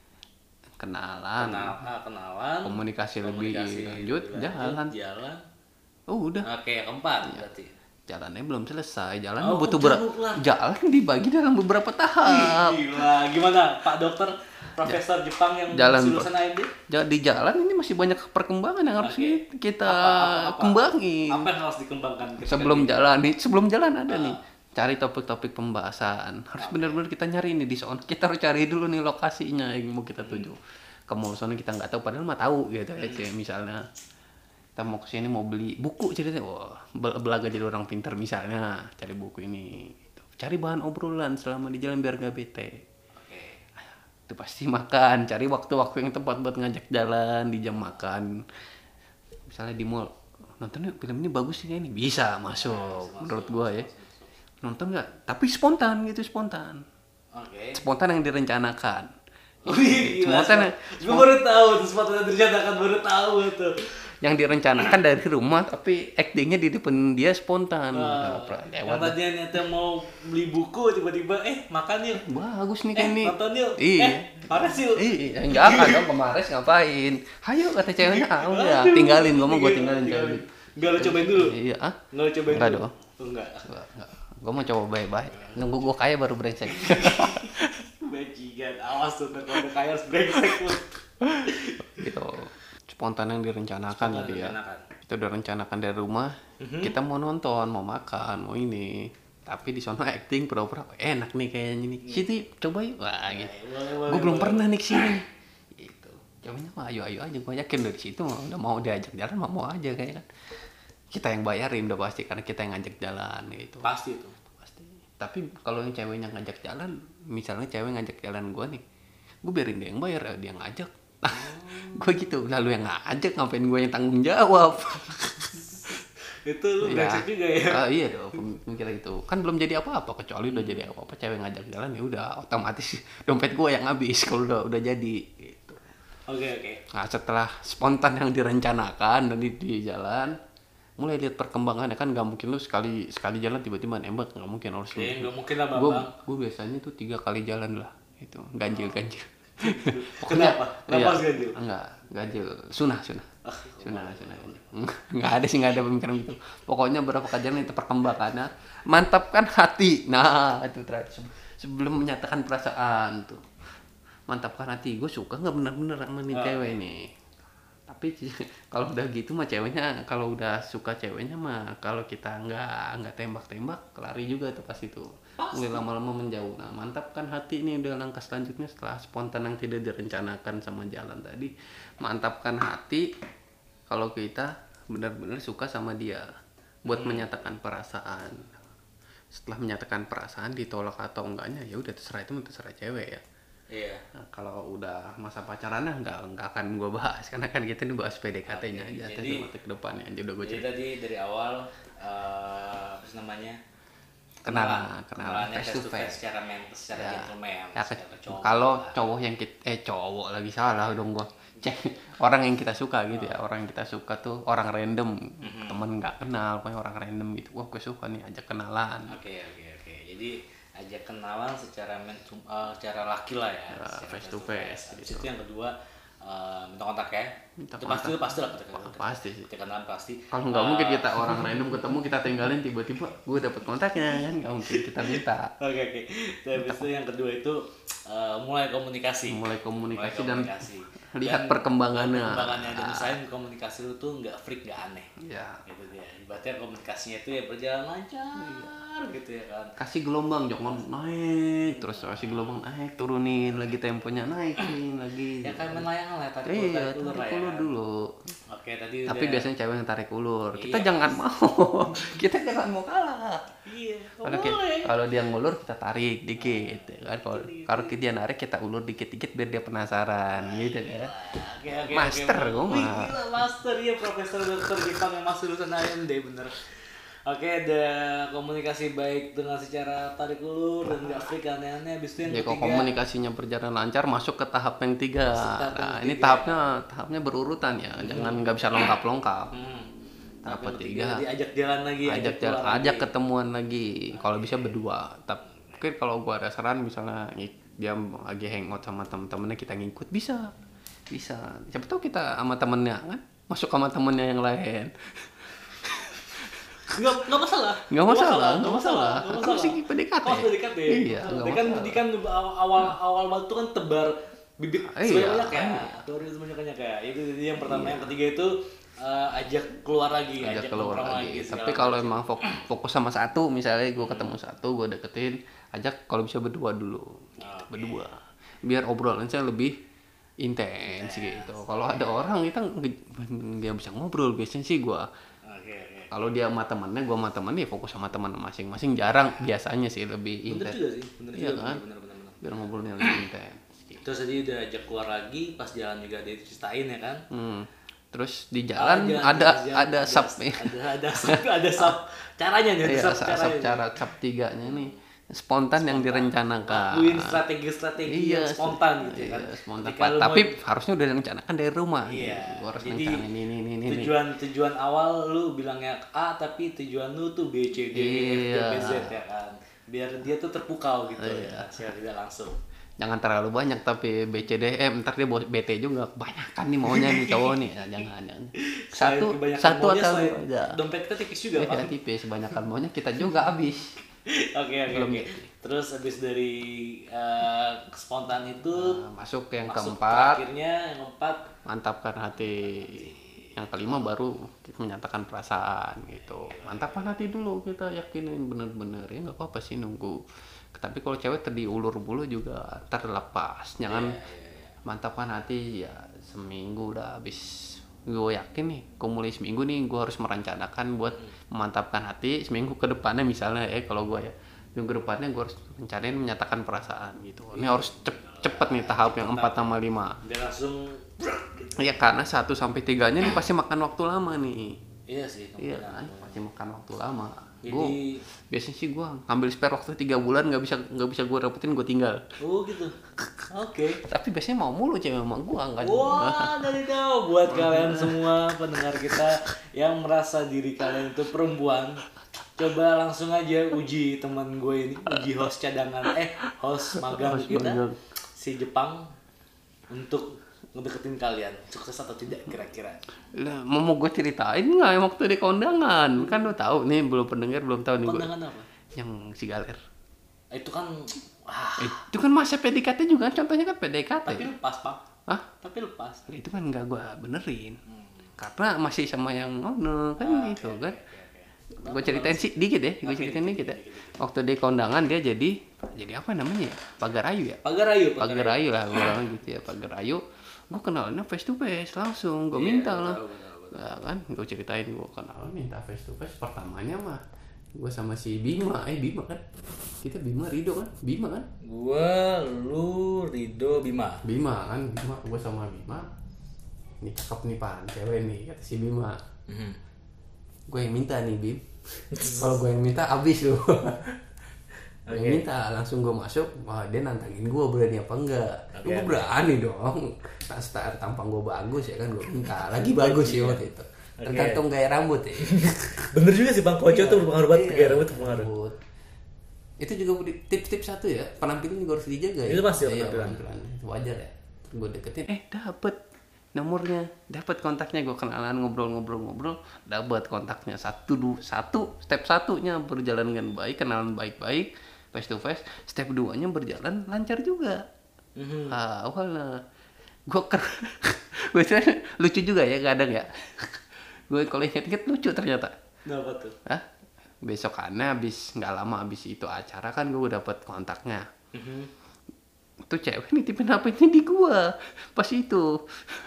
Speaker 1: Kenalan.
Speaker 2: Kenal, ah, kenalan.
Speaker 1: Komunikasi lebih lanjut, jalan.
Speaker 2: Jalan.
Speaker 1: Oh udah.
Speaker 2: Oke, yang keempat berarti.
Speaker 1: Jalannya belum selesai. Jalan
Speaker 2: Oh,
Speaker 1: butuh
Speaker 2: jalan
Speaker 1: berat.
Speaker 2: ulang.
Speaker 1: Jalan dibagi dalam beberapa tahap.
Speaker 2: Gila, gimana Pak Dokter Profesor Jepang yang
Speaker 1: Jalan,
Speaker 2: lulusan A M D?
Speaker 1: Ja- Di jalan ini masih banyak perkembangan yang harus
Speaker 2: Oke.
Speaker 1: kita
Speaker 2: Apa, apa, apa?
Speaker 1: kembangin.
Speaker 2: Apa yang harus dikembangkan ketika
Speaker 1: Sebelum
Speaker 2: di-
Speaker 1: jalan nih, sebelum jalan ada
Speaker 2: Ah.
Speaker 1: nih. Cari topik-topik pembahasan. Harus benar-benar kita nyari nih di sono. Kita harus cari dulu nih lokasinya yang mau kita tuju. Ke mall sono kita nggak tahu, padahal mah tahu gitu ya. Kayak misalnya kita mau ke sini mau beli buku ceritanya, wah bel- belaga jadi orang pintar misalnya, cari buku ini. Gitu. Cari bahan obrolan selama di jalan biar gak bete.
Speaker 2: Oke.
Speaker 1: Itu pasti makan, cari waktu-waktu yang tepat buat ngajak jalan di jam makan. Misalnya di mall, nonton yuk film ini bagus sih ini, bisa masuk menurut gua ya. Nonton nggak? Tapi spontan gitu, spontan.
Speaker 2: Oke.
Speaker 1: Spontan yang direncanakan.
Speaker 2: Wih, gila.
Speaker 1: Spontan yang,
Speaker 2: Gue baru tahu tuh sepatu yang direncanakan, baru tahu tuh.
Speaker 1: yang direncanakan dari rumah tapi actingnya di depan dia spontan.
Speaker 2: Nah,
Speaker 1: Lewat.
Speaker 2: yang tadinya niatnya mau beli buku, tiba-tiba eh makan yuk.
Speaker 1: Bagus nih
Speaker 2: Eh
Speaker 1: kayak ini.
Speaker 2: nonton yuk.
Speaker 1: Iya.
Speaker 2: Eh panas yuk.
Speaker 1: Iya, enggak akan dong kemarin ngapain? Hayo kata ceweknya, ah, udah tinggalin, ngomong gua tinggalin cewek.
Speaker 2: Enggak lo cobain dulu.
Speaker 1: Iya, ah?
Speaker 2: Enggak lo cobain
Speaker 1: Enggak
Speaker 2: dulu.
Speaker 1: dong.
Speaker 2: Oh, enggak.
Speaker 1: Enggak, enggak. Gua mau coba baik-baik. Nunggu gua kaya baru brengsek.
Speaker 2: Bajingan, awas tuh kalau udah kaya harus brengsek lu.
Speaker 1: Gitu. Spontan yang direncanakan
Speaker 2: Spontan
Speaker 1: tadi ya.
Speaker 2: direncanakan.
Speaker 1: Kita udah rencanakan dari rumah, kita mau nonton, mau makan, mau ini. Tapi di sana acting pura-pura enak nih kayaknya nih. Situ coba yuk. Wah, gitu.
Speaker 2: Boleh, boleh,
Speaker 1: Gue belum
Speaker 2: boleh.
Speaker 1: pernah nih kesini. Gitu. Ceweknya mah ayo-ayo aja. Gue yakin dari situ mah udah mau diajak jalan mah mau aja kayaknya kan. Kita yang bayarin udah pasti karena kita yang ngajak jalan gitu.
Speaker 2: Pasti itu.
Speaker 1: Pasti. Tapi kalau yang ceweknya ngajak jalan, misalnya cewek ngajak jalan gue nih, gue biarin dia yang bayar, ya dia ngajak. Gue gitu, lalu yang ngajak ngapain gue yang tanggung jawab?
Speaker 2: Itu lu
Speaker 1: Iya.
Speaker 2: brengsek juga ya.
Speaker 1: Ah, iya dong, mikir itu. Kan belum jadi apa-apa, kecuali udah jadi apa-apa, cewek ngajak jalan ya udah otomatis dompet gue yang habis kalau udah udah jadi gitu.
Speaker 2: Oke oke.
Speaker 1: Nah setelah spontan yang direncanakan dan di, di jalan, mulai lihat perkembangannya. Kan nggak mungkin lu sekali sekali jalan tiba-tiba nembak, nggak mungkin, harus
Speaker 2: Ya nggak mungkin lah
Speaker 1: gue
Speaker 2: Bambang.
Speaker 1: gue biasanya tuh tiga kali jalan lah itu ganjil ganjil.
Speaker 2: Kenapa? Kenapa
Speaker 1: iya,
Speaker 2: harus ganjil?
Speaker 1: enggak ganjil, sunah sunah
Speaker 2: Ah,
Speaker 1: sunah sunah nggak ada sih, nggak ada pemikiran gitu. Pokoknya berapa kajian itu perkembangannya, mantapkan hati. Nah itu terakhir sebelum menyatakan perasaan tuh, mantapkan hati. Gue suka nggak bener-bener sama nih
Speaker 2: Ah.
Speaker 1: cewek nih. Tapi kalau udah gitu mah ceweknya, kalau udah suka ceweknya mah, kalau kita nggak nggak tembak-tembak, lari juga tuh pas itu. Mulai lama-lama menjauh. Nah mantapkan hati ini udah langkah selanjutnya setelah spontan yang tidak direncanakan sama jalan tadi. Mantapkan hati kalau kita benar-benar suka sama dia, buat
Speaker 2: Hmm.
Speaker 1: menyatakan perasaan. Setelah menyatakan perasaan, ditolak atau enggaknya ya udah terserah, itu terserah cewek ya.
Speaker 2: Iya.
Speaker 1: Nah, kalau udah masa pacarannya nggak nggak akan gue bahas, karena kan kita ini bahas P D K T-nya
Speaker 2: Oke,
Speaker 1: aja,
Speaker 2: jadi-
Speaker 1: nanti ke depannya aja udah gue
Speaker 2: Jadi
Speaker 1: cerita.
Speaker 2: tadi dari awal eh, apa sih namanya?
Speaker 1: Kenalan, kenalan,
Speaker 2: kenalannya
Speaker 1: face
Speaker 2: face
Speaker 1: to
Speaker 2: to
Speaker 1: face.
Speaker 2: face secara mental, secara
Speaker 1: Ya,
Speaker 2: gentleman,
Speaker 1: ya,
Speaker 2: secara
Speaker 1: ke-
Speaker 2: cowok.
Speaker 1: kalau cowok yang kita eh cowok lagi salah dong gua. Cek orang yang kita suka gitu ya, orang yang kita suka tuh orang random, temen nggak kenal, pokoknya orang random gitu. Wah gue suka nih, ajak kenalan.
Speaker 2: Oke oke oke. Jadi ajak kenalan secara men, eh, secara laki lah ya.
Speaker 1: Ya,
Speaker 2: secara
Speaker 1: face to face,
Speaker 2: Habis
Speaker 1: gitu.
Speaker 2: itu yang kedua eh, minta kontak ya.
Speaker 1: Minta
Speaker 2: Itu pasti
Speaker 1: kontak.
Speaker 2: itu pasti lah kita
Speaker 1: Pa- pasti sih.
Speaker 2: Kita kenalan pasti.
Speaker 1: Kalau nggak
Speaker 2: Eh,
Speaker 1: mungkin kita orang random ketemu, kita tinggalin tiba-tiba gue dapet kontaknya kan, nggak mungkin, kita minta.
Speaker 2: Oke oke. Dan habis itu yang kedua itu eh, mulai komunikasi.
Speaker 1: Mulai komunikasi
Speaker 2: Mulai
Speaker 1: dan
Speaker 2: komunikasi.
Speaker 1: lihat
Speaker 2: Dan-
Speaker 1: perkembangannya.
Speaker 2: Perkembangannya dan usahain komunikasi lu tuh nggak freak nggak aneh.
Speaker 1: Ya,
Speaker 2: Gitu dia. Ibaratnya komunikasinya itu ya berjalan lancar gitu ya kan.
Speaker 1: kasih gelombang, jangan naik terus, kasih gelombang naik, turunin lagi temponya, naikin lagi.
Speaker 2: Ya kan main layangan lah tarik ulur,
Speaker 1: Iya,
Speaker 2: tarik ulur lah
Speaker 1: tarik
Speaker 2: ya
Speaker 1: ulur
Speaker 2: kan.
Speaker 1: dulu.
Speaker 2: Oke tadi
Speaker 1: Tapi
Speaker 2: udah.
Speaker 1: biasanya cewek yang tarik ulur. Kita
Speaker 2: Iya.
Speaker 1: jangan mau. Kita jangan mau kalah.
Speaker 2: Iya. nggak
Speaker 1: Kalau ki-
Speaker 2: boleh.
Speaker 1: kalau dia ngulur kita tarik dikit ya kan. Kalau kalau dia narik kita ulur dikit-dikit biar dia penasaran gitu ya.
Speaker 2: Oke oke oke.
Speaker 1: Master, gua
Speaker 2: Wih,
Speaker 1: mah.
Speaker 2: gila, master ya Profesor Dokter Jepang yang masuk lulusan A M D bener. Oke, ada komunikasi baik dengan secara tarik ulur dan nggak freak aneh-aneh. Habis itu yang
Speaker 1: Ya kalau
Speaker 2: ketiga.
Speaker 1: komunikasinya berjalan lancar, masuk ke tahap yang tiga.
Speaker 2: Tahap yang
Speaker 1: Nah, ini
Speaker 2: ketiga.
Speaker 1: tahapnya tahapnya berurutan ya. Jangan nggak bisa lengkap-lengkap.
Speaker 2: Hmm.
Speaker 1: Tahap
Speaker 2: yang
Speaker 1: ketiga.
Speaker 2: diajak jalan lagi,
Speaker 1: Ajak
Speaker 2: keluar
Speaker 1: jalan, ajak
Speaker 2: lagi.
Speaker 1: ketemuan lagi. Kalau bisa berdua. Tapi kalau gua ada saran misalnya ngik- dia lagi hangout sama temen-temennya, kita ngikut bisa. Bisa. Siapa tahu kita sama temennya kan masuk sama temennya yang lain.
Speaker 2: Nggak, nggak masalah.
Speaker 1: Nggak masalah, nggak
Speaker 2: nggak
Speaker 1: masalah.
Speaker 2: nggak
Speaker 1: Kan masih P D K T.
Speaker 2: Oh, P D K T.
Speaker 1: Iya, nggak
Speaker 2: Dia kan,
Speaker 1: masalah.
Speaker 2: dia kan awal awal banget tuh kan tebar bibit
Speaker 1: Iya,
Speaker 2: sebanyak ya.
Speaker 1: iya.
Speaker 2: Tebar sebanyak ya. Itu jadi yang pertama, yang ketiga itu eh, ajak keluar lagi,
Speaker 1: Ajak keluar
Speaker 2: nongkrong
Speaker 1: lagi.
Speaker 2: segala
Speaker 1: Tapi kalau
Speaker 2: macam.
Speaker 1: emang fokus, fokus sama satu, misalnya gue ketemu satu, gue deketin, ajak kalau bisa berdua dulu.
Speaker 2: Oke.
Speaker 1: Berdua. Biar obrolannya lebih intens gitu. Kalau ada orang kita nggak bisa ngobrol, biasanya sih gue.
Speaker 2: Oke, oke.
Speaker 1: Kalau dia sama temannya, gue sama temannya ya fokus sama teman masing-masing. Jarang, biasanya sih lebih
Speaker 2: Bener
Speaker 1: intens.
Speaker 2: juga sih, bener
Speaker 1: Iya
Speaker 2: juga,
Speaker 1: kan?
Speaker 2: bener, bener, bener.
Speaker 1: Biar ngobrolnya lebih intens. Gitu.
Speaker 2: Terus tadi udah ajak keluar lagi, pas jalan juga dia ceritain ya kan.
Speaker 1: Hmm. Terus di
Speaker 2: Ah,
Speaker 1: jalan
Speaker 2: jalan,
Speaker 1: ada
Speaker 2: jalan,
Speaker 1: ada sub
Speaker 2: ada ada sub ada sub caranya nih, ada
Speaker 1: Iya,
Speaker 2: sub
Speaker 1: sub,
Speaker 2: caranya.
Speaker 1: sub cara sub tiganya nih spontan yang direncanakan.
Speaker 2: Lakuin strategi-strategi yang spontan gitu
Speaker 1: iya,
Speaker 2: kan.
Speaker 1: spontan.
Speaker 2: Ketika lu
Speaker 1: Tapi
Speaker 2: mau-
Speaker 1: harusnya udah direncanakan dari rumah.
Speaker 2: Iya.
Speaker 1: Gua harus
Speaker 2: Jadi
Speaker 1: rencanain ini ini ini ini.
Speaker 2: tujuan tujuan awal lu bilangnya A tapi tujuan lu tuh B C D E F G
Speaker 1: Iya.
Speaker 2: B Z ya kan. Biar dia tuh terpukau gitu
Speaker 1: Iya.
Speaker 2: ya, secara tidak langsung.
Speaker 1: Jangan terlalu banyak tapi B C D E F ntar dia bawa B T juga kebanyakan nih maunya nih cowok nih. Nah, jangan jangan.
Speaker 2: Selain
Speaker 1: Satu
Speaker 2: kebanyakan
Speaker 1: satu
Speaker 2: maunya,
Speaker 1: atau
Speaker 2: selain
Speaker 1: dua aja.
Speaker 2: Dompet kita tipis juga, Pak.
Speaker 1: Ya, tipis kebanyakan maunya kita juga habis.
Speaker 2: Oke oke
Speaker 1: Belum
Speaker 2: oke.
Speaker 1: gitu.
Speaker 2: Terus habis dari eh, spontan itu
Speaker 1: Nah, masuk ke yang
Speaker 2: masuk
Speaker 1: keempat,
Speaker 2: terakhirnya yang keempat
Speaker 1: mantapkan hati. Yang kelima baru kita menyatakan perasaan gitu. Mantapkan hati dulu, kita yakinin bener-bener ya, nggak apa-apa sih nunggu. Tapi kalau cewek tadi ulur mulu juga terlepas. Jangan mantapkan hati ya seminggu udah habis. Gue yakin nih, gue mulai seminggu nih gue harus merencanakan buat memantapkan hati. Seminggu ke depannya misalnya ya kalau gue ya minggu ke depannya gue harus rencanain menyatakan perasaan gitu. Ini harus cep- cepet nih tahap yang empat sama lima.
Speaker 2: biar langsung gitu.
Speaker 1: Ya karena satu sampai tiganya nih pasti makan waktu lama nih.
Speaker 2: Iya sih.
Speaker 1: Iya
Speaker 2: benar.
Speaker 1: kan, pasti makan waktu lama.
Speaker 2: Jadi
Speaker 1: Gua, biasanya sih gue ngambil spare waktu tiga bulan nggak bisa nggak bisa gue dapetin gue tinggal.
Speaker 2: oh gitu. Oke.
Speaker 1: Tapi biasanya mau mulu cewek sama gue nggak.
Speaker 2: Wah, dari tahu buat kalian semua pendengar kita yang merasa diri kalian itu perempuan, coba langsung aja uji teman gue ini, uji host cadangan, eh host magang
Speaker 1: Host
Speaker 2: kita,
Speaker 1: magang.
Speaker 2: si Jepang, untuk ngedeketin kalian, sukses atau tidak kira-kira?
Speaker 1: Lah, mau mau gue ceritain nggak yang waktu di kondangan? Kan lo tahu nih, belum pendengar belum tahu nih gue.
Speaker 2: Kondangan apa?
Speaker 1: Yang si Galer.
Speaker 2: Itu kan, ah,
Speaker 1: Itu kan masa P D K T juga, contohnya kan P D K T.
Speaker 2: tapi lepas pak,
Speaker 1: Hah?
Speaker 2: tapi lepas.
Speaker 1: Itu kan nggak gue benerin.
Speaker 2: Hmm.
Speaker 1: Karena masih sama yang owner kan
Speaker 2: Ah,
Speaker 1: gitu
Speaker 2: oke,
Speaker 1: kan.
Speaker 2: oke, oke.
Speaker 1: Gue ceritain sih dikit ya, gue
Speaker 2: Oke,
Speaker 1: ceritain
Speaker 2: dikit,
Speaker 1: dikit ya.
Speaker 2: dikit, dikit.
Speaker 1: Waktu di kondangan dia jadi jadi apa namanya ya? Pagarayu ya?
Speaker 2: Pagarayu,
Speaker 1: Pagarayu lah gue bilang gitu ya, Pagarayu. Gue kenalnya face to face langsung, gue
Speaker 2: Iya,
Speaker 1: minta
Speaker 2: betul,
Speaker 1: lah.
Speaker 2: betul, betul.
Speaker 1: Nah, kan gue ceritain gue kenal minta face to face pertamanya mah gue sama si Bima, eh Bima kan? Kita Bima Rido kan? Bima kan?
Speaker 2: Gua, lu, Rido, Bima.
Speaker 1: Bima kan? Bima, gue sama Bima. Ini cakep nih pan, cewek nih kata si Bima.
Speaker 2: Mhm.
Speaker 1: Gue yang minta nih Bim. Kalau gue yang minta abis lu. Gue yang minta langsung gue masuk. Wah dia nantangin gue berani apa enggak?
Speaker 2: Oke,
Speaker 1: Gue
Speaker 2: oke.
Speaker 1: berani dong. Tak star tampang gue bagus ya kan gue minta. Lagi bagus sih waktu itu.
Speaker 2: Oke.
Speaker 1: Tergantung gaya rambut ya.
Speaker 2: Bener juga sih Bang Koco tuh berpengaruh banget,
Speaker 1: Iya,
Speaker 2: gaya rambut tuh berpengaruh.
Speaker 1: rambut. Itu juga tips-tips satu ya. Penampilan juga harus dijaga ya.
Speaker 2: Itu pasti
Speaker 1: Iya,
Speaker 2: penampilan.
Speaker 1: penampilan. Itu wajar ya. Gue deketin. Eh dapet nomornya, dapat kontaknya, gue kenalan ngobrol-ngobrol-ngobrol, dapat kontaknya satu dua satu step satunya berjalan dengan baik, kenalan baik-baik face to face. Step duanya berjalan lancar juga.
Speaker 2: Mhm.
Speaker 1: Ah, awalnya gue ker gue lucu juga ya kadang ya. Gue kalau inget-inget lucu ternyata.
Speaker 2: Nah, apa tuh?
Speaker 1: Hah? Besokannya abis nggak lama abis itu acara kan gue dapet kontaknya.
Speaker 2: Mhm.
Speaker 1: Tuh cewek nitipin H P-nya di gua pas itu.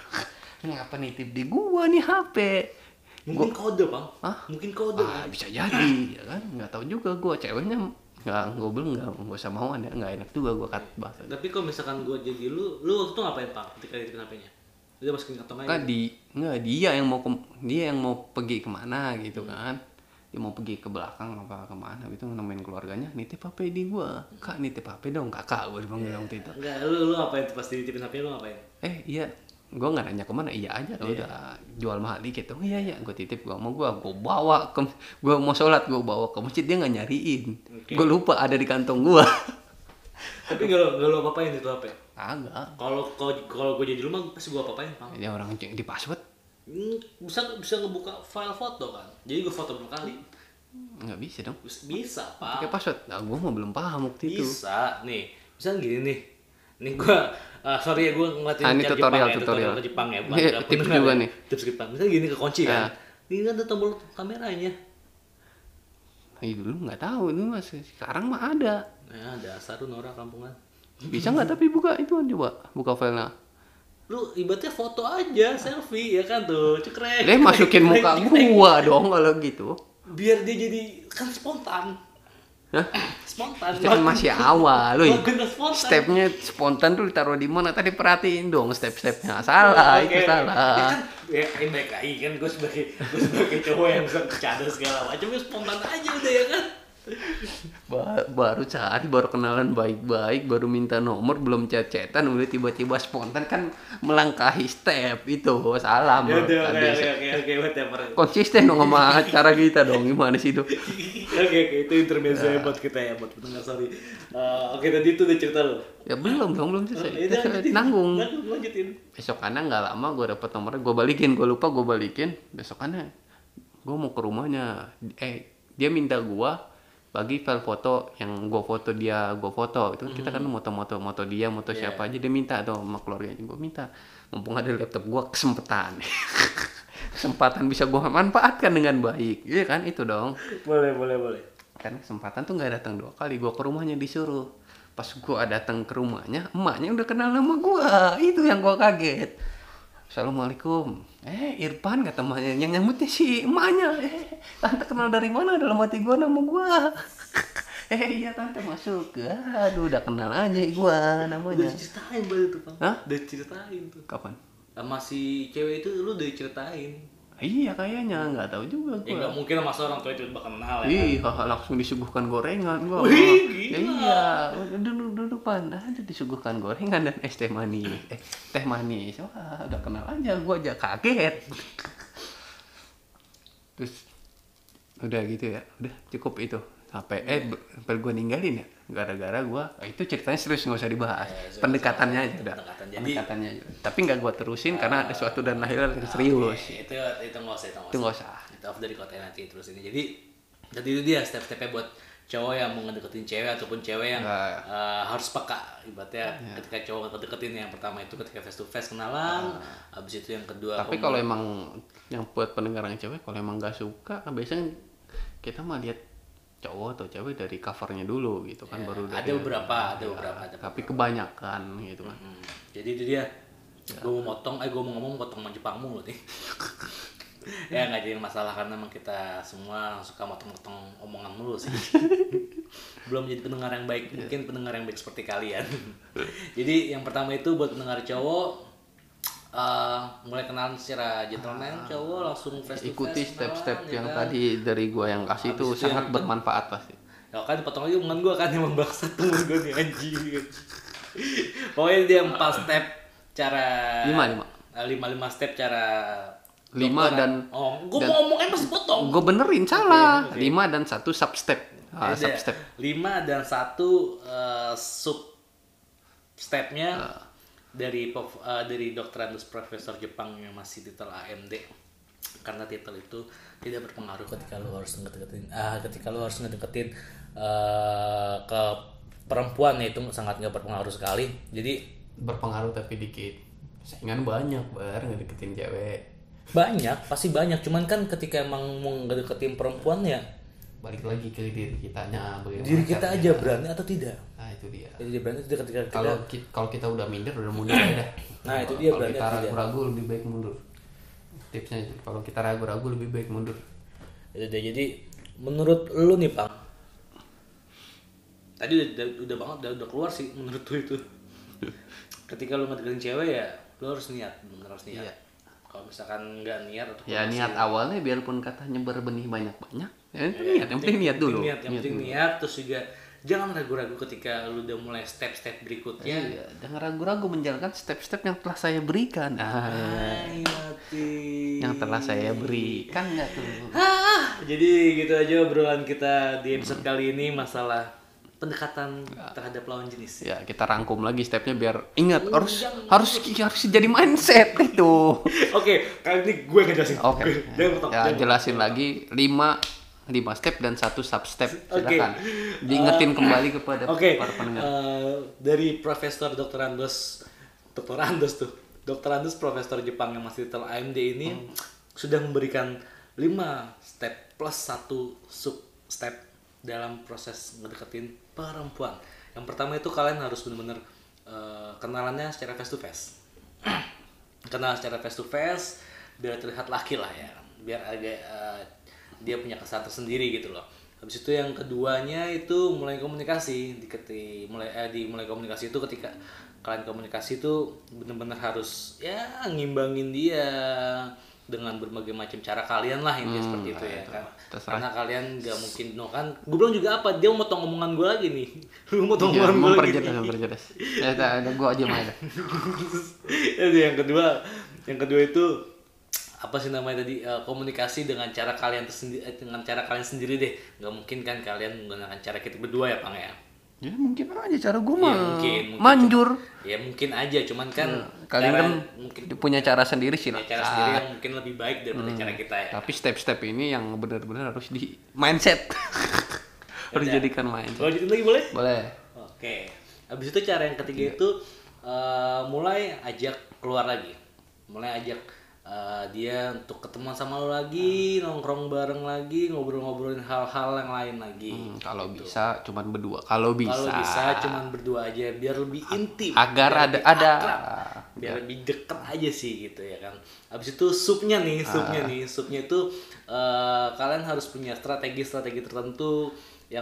Speaker 1: Ngapa nitip di gua nih H P?
Speaker 2: Mungkin kode Bang.
Speaker 1: Hah?
Speaker 2: Mungkin kode.
Speaker 1: Ah,
Speaker 2: Bang.
Speaker 1: bisa jadi ya kan, nggak tahu juga gua ceweknya nggak gue bilang nggak nggak usah mauan ya, nggak enak juga gua kat bahasa.
Speaker 2: Tapi kalau misalkan gua jadi lu, lu waktu itu ngapain Bang ketika nitipin H P-nya? Dia masukin kantong aja.
Speaker 1: Kan di nggak dia yang mau ke- dia yang mau pergi kemana gitu kan. Dia mau pergi ke belakang apa kemana gitu nemuin keluarganya, nitip H P di gua. Kak nitip H P dong kakak, gua dipanggil waktu itu.
Speaker 2: Enggak, lu lu ngapain tuh pas dititipin H P-nya, lu ngapain?
Speaker 1: Eh iya, gue nggak nanya kemana, iya aja kalau udah jual mahal dikit tuh, iya iya, gue titip gue mau gue, gue bawa ke, gue mau sholat gue bawa ke masjid, dia nggak nyariin,
Speaker 2: Oke.
Speaker 1: gue lupa ada di kantong gue.
Speaker 2: Tapi enggak lu enggak lu apa-apain itu H P.
Speaker 1: Agak,
Speaker 2: Kalau kalau kalau gua jadi lu mah pasti gua apa-apain Bang.
Speaker 1: dia orang ceng di password,
Speaker 2: Hmm, bisa bisa ngebuka file foto kan. Jadi gua foto berapa kali?
Speaker 1: nggak bisa dong,
Speaker 2: Bisa, Pak.
Speaker 1: pakai password, nah gue mau belum paham waktu itu.
Speaker 2: Bisa. Nih, misalnya gini nih. Nih gua ah, sorry ya gua ngeliatin
Speaker 1: Ah, ini
Speaker 2: cara
Speaker 1: tutorial,
Speaker 2: Jepang ya,
Speaker 1: tutorial.
Speaker 2: ke Jepang ya.
Speaker 1: Ini
Speaker 2: Bang.
Speaker 1: tips
Speaker 2: Pendengar
Speaker 1: juga
Speaker 2: ya.
Speaker 1: nih.
Speaker 2: Tips Jepang. Misalnya gini kekunci kan.
Speaker 1: Ah.
Speaker 2: Ini kan ada tombol kameranya.
Speaker 1: Ih, dulu nggak tahu, ini masih sekarang mah ada.
Speaker 2: Nah, dasar lu norak kampungan.
Speaker 1: Bisa nggak tapi buka itu coba, buka filenya.
Speaker 2: Lu ibaratnya foto aja, selfie ya kan tuh. Cekrek.
Speaker 1: Dia masukin muka gua dong kalau gitu.
Speaker 2: Biar dia jadi kan spontan.
Speaker 1: Hah?
Speaker 2: Spontan.
Speaker 1: Itu kan masih awal, loh.
Speaker 2: Login spontan.
Speaker 1: Stepnya spontan tuh ditaruh di mana? Tadi perhatiin dong step-stepnya. Salah,
Speaker 2: Oke,
Speaker 1: itu
Speaker 2: oke.
Speaker 1: salah.
Speaker 2: Ya kan, ya ini baik lagi kan gue sebagai gue sebagai cowok yang bisa bercanda segala macam ya spontan aja udah ya kan.
Speaker 1: Ba- baru cari, baru kenalan baik-baik, baru minta nomor, belum chat-chatan, udah tiba-tiba spontan kan melangkahi step itu. Salah,
Speaker 2: Ya
Speaker 1: menurut
Speaker 2: udah oke
Speaker 1: Ade.
Speaker 2: oke oke oke whatever.
Speaker 1: Konsisten dong sama cara kita dong, gimana sih itu?
Speaker 2: Oke oke itu intermezzo ya buat kita ya buat pendengar sorry. Eh, oke tadi itu udah cerita lu.
Speaker 1: Ya belum dong, belum selesai.
Speaker 2: Ya udah, lanjutin.
Speaker 1: Nanggung.
Speaker 2: Lanjut, lanjutin.
Speaker 1: Besokannya nggak lama gue dapet nomornya, gue balikin, gue lupa gue balikin. Besokannya gue mau ke rumahnya, eh dia minta gue bagi file foto yang gue foto dia, gue foto itu kan kita kan moto-moto moto dia, moto
Speaker 2: Yeah.
Speaker 1: siapa aja dia minta tuh sama keluarganya, gue minta, mumpung ada laptop gue kesempatan, kesempatan bisa gue manfaatkan dengan baik, iya kan itu dong,
Speaker 2: Boleh boleh boleh.
Speaker 1: kan kesempatan tuh nggak datang dua kali, gue ke rumahnya disuruh, pas gue datang ke rumahnya, emaknya udah kenal nama gue, itu yang gue kaget. Assalamualaikum. Eh, Irfan kata emaknya, yang nyambutnya si emaknya. Eh, tante kenal dari mana? Dalam hati gua nama gua. Eh, iya tante masuk. Aduh, udah kenal aja gua namanya.
Speaker 2: Udah ceritain baru tuh Bang.
Speaker 1: Hah?
Speaker 2: Udah ceritain tuh.
Speaker 1: Kapan?
Speaker 2: Sama si cewek itu lu udah ceritain.
Speaker 1: Iya kayaknya, nggak tahu juga
Speaker 2: Ya
Speaker 1: gua.
Speaker 2: nggak mungkin lah masa orang tua itu bakal kenal ya kan?
Speaker 1: Ih, langsung disuguhkan gorengan gua.
Speaker 2: Wih,
Speaker 1: Ya,
Speaker 2: gila.
Speaker 1: iya, duduk duduk pan aja disuguhkan gorengan dan es teh manis. Eh, teh manis. Wah, udah kenal aja gua aja kaget. Terus udah gitu ya. Udah cukup itu. Sampai eh sampai gua ninggalin ya. Gara-gara gua ah, itu ceritanya serius nggak usah dibahas.
Speaker 2: Ya, serius,
Speaker 1: Pendekatannya aja
Speaker 2: serius.
Speaker 1: udah.
Speaker 2: Pendekatan. Jadi-
Speaker 1: Pendekatannya aja. Tapi nggak gua terusin karena ada suatu dan akhirnya serius.
Speaker 2: Oke, itu itu nggak usah itu
Speaker 1: Itu nggak usah.
Speaker 2: Itu off dari konten nanti terus ini. Jadi jadi itu dia step-stepnya buat cowok yang mau ngedeketin cewek ataupun cewek yang
Speaker 1: Nggak.
Speaker 2: eh, harus peka ibaratnya
Speaker 1: Ya.
Speaker 2: ketika cowok ngedeketin yang pertama itu ketika face to face kenalan, habis itu yang kedua
Speaker 1: Tapi
Speaker 2: komun-
Speaker 1: kalau emang yang buat pendengar yang cewek, kalau emang nggak suka, kan biasanya kita mah lihat cowok atau cewek dari covernya dulu gitu kan,
Speaker 2: Ya,
Speaker 1: baru
Speaker 2: ada
Speaker 1: dari-
Speaker 2: beberapa, ada
Speaker 1: Ya,
Speaker 2: beberapa, ada
Speaker 1: tapi kebanyakan gitu kan.
Speaker 2: Hmm, jadi itu dia. Gue mau motong, eh gue mau ngomong potong sama Jepang mulu nih. Ya nggak jadi masalah karena emang kita semua suka motong-motong omongan mulu sih. Belum jadi pendengar yang baik, mungkin pendengar yang baik seperti kalian. Jadi yang pertama itu buat pendengar cowok, eh, mulai kenalan secara gentleman, cowok langsung face to face.
Speaker 1: Ikuti step-step
Speaker 2: kenalan, ya
Speaker 1: yang
Speaker 2: kan?
Speaker 1: tadi dari gua yang kasih
Speaker 2: Habis
Speaker 1: itu
Speaker 2: itu
Speaker 1: sangat
Speaker 2: yang-
Speaker 1: bermanfaat pasti.
Speaker 2: Ya kan dipotong lagi omongan gue kan emang bangsat temen gue nih anjing. Pokoknya dia empat step cara
Speaker 1: Lima, lima.
Speaker 2: Eh, lima lima step cara
Speaker 1: Lima
Speaker 2: dokteran.
Speaker 1: dan-
Speaker 2: oh gue
Speaker 1: dan-
Speaker 2: mau ngomongnya masih potong.
Speaker 1: Gue benerin salah.
Speaker 2: Oke, oke.
Speaker 1: Lima dan satu substep. Ah,
Speaker 2: Beda.
Speaker 1: substep.
Speaker 2: Lima dan satu eh, sub stepnya
Speaker 1: Ah.
Speaker 2: dari pov- eh, dari dokter Andus Profesor Jepang yang masih titel A M D, karena titel itu tidak berpengaruh ketika lu harus ngedeketin ah ketika lu harus ngedeketin eh, ke perempuan, ya itu sangat nggak berpengaruh sekali. Jadi
Speaker 1: Berpengaruh tapi dikit. Saingan banyak bar ngedeketin cewek.
Speaker 2: banyak, pasti banyak, cuman kan ketika emang mau ngedeketin perempuan ya
Speaker 1: Balik lagi ke diri kitanya. bagaimana
Speaker 2: diri kita
Speaker 1: caranya.
Speaker 2: aja berani atau tidak.
Speaker 1: Nah itu dia.
Speaker 2: Jadi dia berani tidak ketika
Speaker 1: Kalau
Speaker 2: kita
Speaker 1: ki- kalau kita udah minder udah mundur aja dah.
Speaker 2: Nah, itu dia,
Speaker 1: Kalau
Speaker 2: berarti
Speaker 1: kita
Speaker 2: tidak.
Speaker 1: ragu-ragu lebih baik mundur. Tipsnya itu. Kalau kita ragu-ragu lebih baik mundur.
Speaker 2: itu dia. Jadi menurut lu nih Pang, tadi udah, udah, udah banget udah, udah keluar sih menurut lu itu. Ketika lu ngedeketin cewek ya lu harus niat, bener harus niat.
Speaker 1: Iya.
Speaker 2: Kalau misalkan nggak niat atau
Speaker 1: Ya
Speaker 2: masih-
Speaker 1: niat awalnya biarpun katanya berbenih banyak-banyak. Ya itu
Speaker 2: Ya,
Speaker 1: niat, yang penting niat dulu.
Speaker 2: niat, yang penting
Speaker 1: dulu.
Speaker 2: niat. Terus juga jangan ragu-ragu ketika lu udah mulai step-step berikutnya.
Speaker 1: Iya, jangan ragu-ragu menjalankan step-step yang telah saya berikan. Ah,
Speaker 2: Hai mati.
Speaker 1: yang telah saya berikan nggak tuh?
Speaker 2: Ah, jadi gitu aja obrolan kita di episode kali ini masalah pendekatan terhadap lawan jenis.
Speaker 1: Ya kita rangkum lagi stepnya biar ingat harus harus harus jadi mindset itu.
Speaker 2: Oke, kali ini gue ngejelasin.
Speaker 1: Oke.
Speaker 2: Jangan potong,
Speaker 1: Ya
Speaker 2: jangan
Speaker 1: jelasin lagi lima lima step dan satu sub step. Silakan. Diingetin kembali kepada
Speaker 2: Oke,
Speaker 1: para pendengar.
Speaker 2: eh, dari Profesor dokter Andos, dokter Andos tuh, dokter Andos Profesor Jepang yang masih titel A M D ini
Speaker 1: Hmm.
Speaker 2: sudah memberikan lima step plus satu sub step dalam proses ngedeketin perempuan. Yang pertama itu kalian harus benar-benar eh, kenalannya secara face to face. Kenal secara face to face biar terlihat laki lah ya, biar agak eh, dia punya kesan tersendiri gitu loh. Habis itu yang keduanya itu mulai komunikasi, diketi mulai eh, di mulai komunikasi itu ketika kalian komunikasi itu benar-benar harus ya ngimbangin dia dengan berbagai macam cara kalian lah intinya
Speaker 1: Hmm,
Speaker 2: seperti itu
Speaker 1: nah
Speaker 2: ya
Speaker 1: itu.
Speaker 2: kan.
Speaker 1: Terserah.
Speaker 2: Karena kalian nggak mungkin no kan. Gue bilang juga apa, dia mau motong omongan gue lagi nih. Lu motong
Speaker 1: Ya,
Speaker 2: omongan gue lagi.
Speaker 1: memperjelas, memperjelas. Ya, ada, ada gua aja main.
Speaker 2: Itu yang kedua, yang kedua itu apa sih namanya tadi, Eh, komunikasi dengan cara kalian tersendiri, eh, dengan cara kalian sendiri deh. Nggak mungkin kan kalian menggunakan cara kita berdua ya Pang ya.
Speaker 1: Ya mungkin aja cara gua
Speaker 2: Iya,
Speaker 1: mah
Speaker 2: mungkin, mungkin.
Speaker 1: manjur.
Speaker 2: Ya mungkin aja, cuman kan
Speaker 1: Kalian
Speaker 2: cara-
Speaker 1: kan
Speaker 2: mungkin
Speaker 1: punya cara sendiri sih
Speaker 2: punya
Speaker 1: lah.
Speaker 2: cara sendiri yang mungkin lebih baik daripada cara kita ya.
Speaker 1: Tapi step-step ini yang benar-benar harus di mindset. harus
Speaker 2: Yaudah.
Speaker 1: jadikan mindset.
Speaker 2: Lanjutin lagi boleh?
Speaker 1: Boleh.
Speaker 2: Oke. Habis itu cara yang ketiga itu eh, mulai ajak keluar lagi. Mulai ajak eh, dia untuk ketemuan sama lo lagi, nongkrong bareng lagi, ngobrol-ngobrolin hal-hal yang lain lagi.
Speaker 1: Hmm, kalau bisa cuman berdua. Kalau bisa.
Speaker 2: Kalau bisa cuman berdua aja biar lebih intim.
Speaker 1: Agar
Speaker 2: biar
Speaker 1: ada
Speaker 2: lebih
Speaker 1: ada
Speaker 2: akrab, biar lebih deket aja sih gitu ya kan. Habis itu supnya nih, supnya nih, supnya itu eh, kalian harus punya strategi-strategi tertentu yang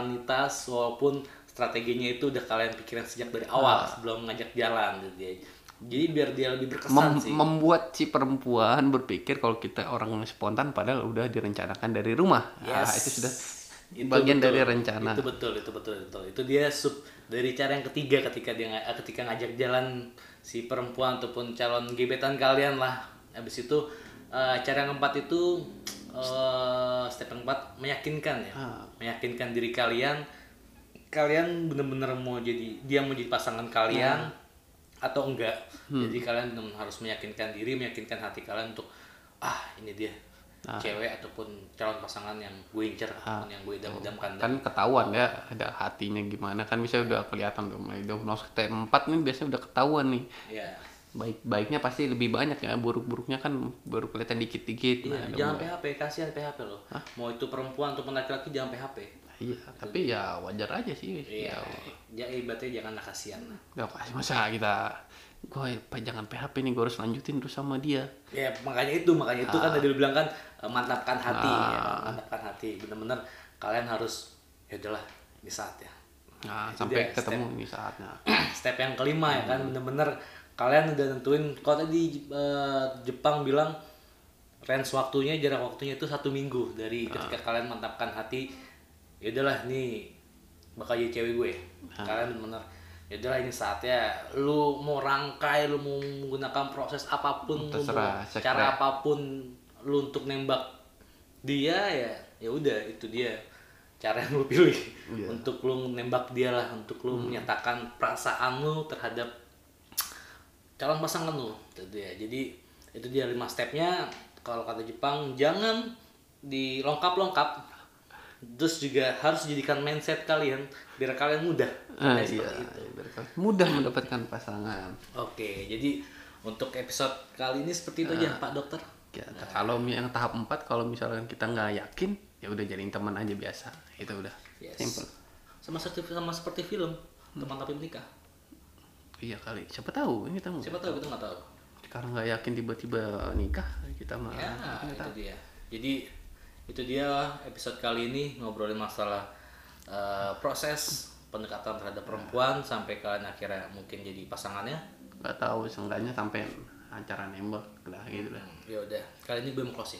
Speaker 2: spontanitas walaupun strateginya itu udah kalian pikirin sejak dari awal sebelum ngajak jalan gitu ya. Jadi biar dia lebih berkesan
Speaker 1: Mem-
Speaker 2: sih.
Speaker 1: membuat si perempuan berpikir kalau kita orang yang spontan padahal udah direncanakan dari rumah.
Speaker 2: Yes.
Speaker 1: Ah, itu sudah
Speaker 2: Itu
Speaker 1: bagian
Speaker 2: betul.
Speaker 1: dari rencana.
Speaker 2: Itu betul, itu betul, betul. Itu dia sub dari cara yang ketiga ketika dia nga- ketika ngajak jalan si perempuan ataupun calon gebetan kalian lah. Habis itu eh, cara yang keempat itu eh, step yang keempat meyakinkan ya.
Speaker 1: Ah.
Speaker 2: Meyakinkan diri kalian kalian benar-benar mau jadi dia mau jadi pasangan kalian atau enggak. Jadi kalian benar-benar harus meyakinkan diri, meyakinkan hati kalian untuk ah ini dia. Cewek ataupun calon pasangan yang gue incer, ataupun yang gue idam-idamkan.
Speaker 1: Kan ketahuan ya ada hatinya gimana kan bisa udah kelihatan tuh. Mulai udah masuk step empat nih biasanya udah ketahuan nih.
Speaker 2: Ya.
Speaker 1: Baik-baiknya pasti lebih banyak ya, buruk-buruknya kan baru kelihatan dikit-dikit.
Speaker 2: Iya,
Speaker 1: Nah, ada
Speaker 2: jangan
Speaker 1: mulai-
Speaker 2: P H P, kasihan P H P loh. Mau itu perempuan ataupun laki-laki jangan P H P.
Speaker 1: Iya, tapi ya wajar aja sih.
Speaker 2: Iya.
Speaker 1: Ya,
Speaker 2: Ya ibaratnya janganlah kasihan.
Speaker 1: nggak pas masa kita gue jangan P H P nih, gue harus lanjutin terus sama dia.
Speaker 2: Ya makanya itu, makanya itu kan tadi lu bilang kan eh, mantapkan hati, ya, mantapkan hati. Bener-bener kalian harus ya udahlah di saat ya.
Speaker 1: Nah,
Speaker 2: Itu
Speaker 1: sampai
Speaker 2: dia,
Speaker 1: ketemu ini saatnya.
Speaker 2: Step yang kelima ya kan, bener-bener kalian udah nentuin. Kalau tadi eh, Jepang bilang range waktunya, jarak waktunya itu satu minggu dari ketika kalian mantapkan hati. Ya udahlah nih bakal jadi cewek gue. Kalian bener-bener ya udahlah ini saatnya. Lu mau rangkai, lu mau menggunakan proses apapun, lu
Speaker 1: Terserah,
Speaker 2: mau
Speaker 1: secret.
Speaker 2: cara apapun lu untuk nembak dia ya ya udah itu dia cara yang lu pilih.
Speaker 1: Iya.
Speaker 2: Untuk lu nembak dia lah, untuk lu menyatakan perasaan lu terhadap calon pasangan lu. Itu dia. Jadi itu dia lima stepnya. Kalau kata Jepang jangan dilongkap-longkap. Terus juga harus jadikan mindset kalian biar kalian mudah.
Speaker 1: Ah,
Speaker 2: Kayak
Speaker 1: iya,
Speaker 2: seperti itu.
Speaker 1: berkat- mudah mendapatkan pasangan.
Speaker 2: Oke, jadi untuk episode kali ini seperti itu aja Pak Dokter.
Speaker 1: Ya, kalau yang tahap empat kalau misalkan kita nggak yakin ya udah jadiin teman aja biasa. Itu udah
Speaker 2: Yes.
Speaker 1: simple.
Speaker 2: Sama seperti sama seperti film teman tapi menikah.
Speaker 1: Iya kali. Siapa tahu ini kita nggak
Speaker 2: Siapa tahu kita nggak tahu.
Speaker 1: sekarang nggak yakin tiba-tiba nikah kita mah
Speaker 2: Ya,
Speaker 1: nggak
Speaker 2: itu
Speaker 1: tahu.
Speaker 2: dia. Jadi itu dia episode kali ini ngobrolin masalah eh, proses pendekatan terhadap perempuan sampai kalian akhirnya mungkin jadi pasangannya.
Speaker 1: Nggak tahu seenggaknya sampai acara nembak lah gitu lah.
Speaker 2: Hmm, ya udah, kali ini gue mau closing.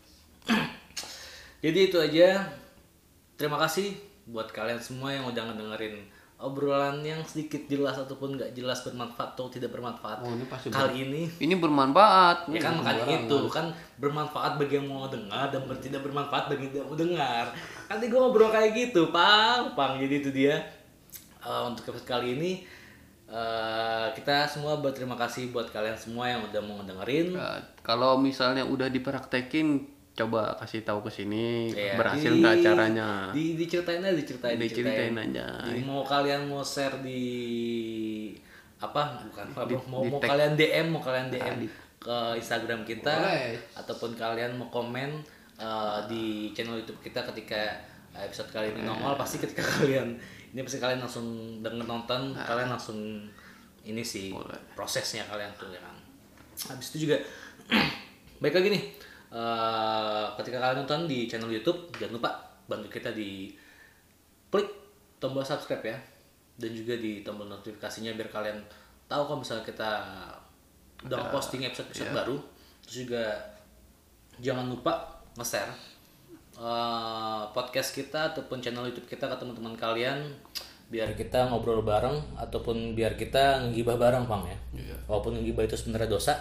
Speaker 2: Jadi itu aja. Terima kasih buat kalian semua yang udah ngedengerin obrolan yang sedikit jelas ataupun nggak jelas, bermanfaat atau tidak bermanfaat.
Speaker 1: Oh, ini pasti
Speaker 2: Kali ini
Speaker 1: Ini bermanfaat.
Speaker 2: ya kan
Speaker 1: Ini
Speaker 2: makanya
Speaker 1: sembarangan.
Speaker 2: itu kan bermanfaat bagi yang mau dengar dan tidak bermanfaat bagi yang tidak mau dengar. Nanti gue ngobrol kayak gitu, pang, pang. Jadi itu dia. Eh, untuk episode kali ini eh, kita semua berterima kasih buat kalian semua yang udah mau dengerin.
Speaker 1: Ya, kalau misalnya udah dipraktekin coba kasih tahu ke sini
Speaker 2: Ya,
Speaker 1: berhasil
Speaker 2: di-
Speaker 1: nggak caranya.
Speaker 2: Di, diceritain aja, diceritain,
Speaker 1: Diceritain aja.
Speaker 2: Di- mau kalian mau share di apa? Bukan apa,
Speaker 1: Di-
Speaker 2: mau,
Speaker 1: di
Speaker 2: mau
Speaker 1: tag.
Speaker 2: kalian D M, mau kalian D M
Speaker 1: Nah, di-
Speaker 2: ke Instagram kita
Speaker 1: Boleh.
Speaker 2: ataupun kalian mau komen eh, di channel YouTube kita ketika episode kali ini nongol. Pasti ketika kalian ini pasti kalian langsung denger nonton, kalian langsung ini sih
Speaker 1: Boleh.
Speaker 2: prosesnya kalian tuh ya kan. Habis itu juga baik lagi nih. Eh, ketika kalian nonton di channel YouTube, jangan lupa bantu kita di klik tombol subscribe ya, dan juga di tombol notifikasinya biar kalian tahu kalau misalnya kita udah posting episode-episode baru. Terus juga jangan lupa nge-share eh, podcast kita ataupun channel YouTube kita ke teman-teman kalian biar kita ngobrol bareng ataupun biar kita ngegibah bareng, Bang ya. Walaupun ngegibah itu sebenarnya dosa.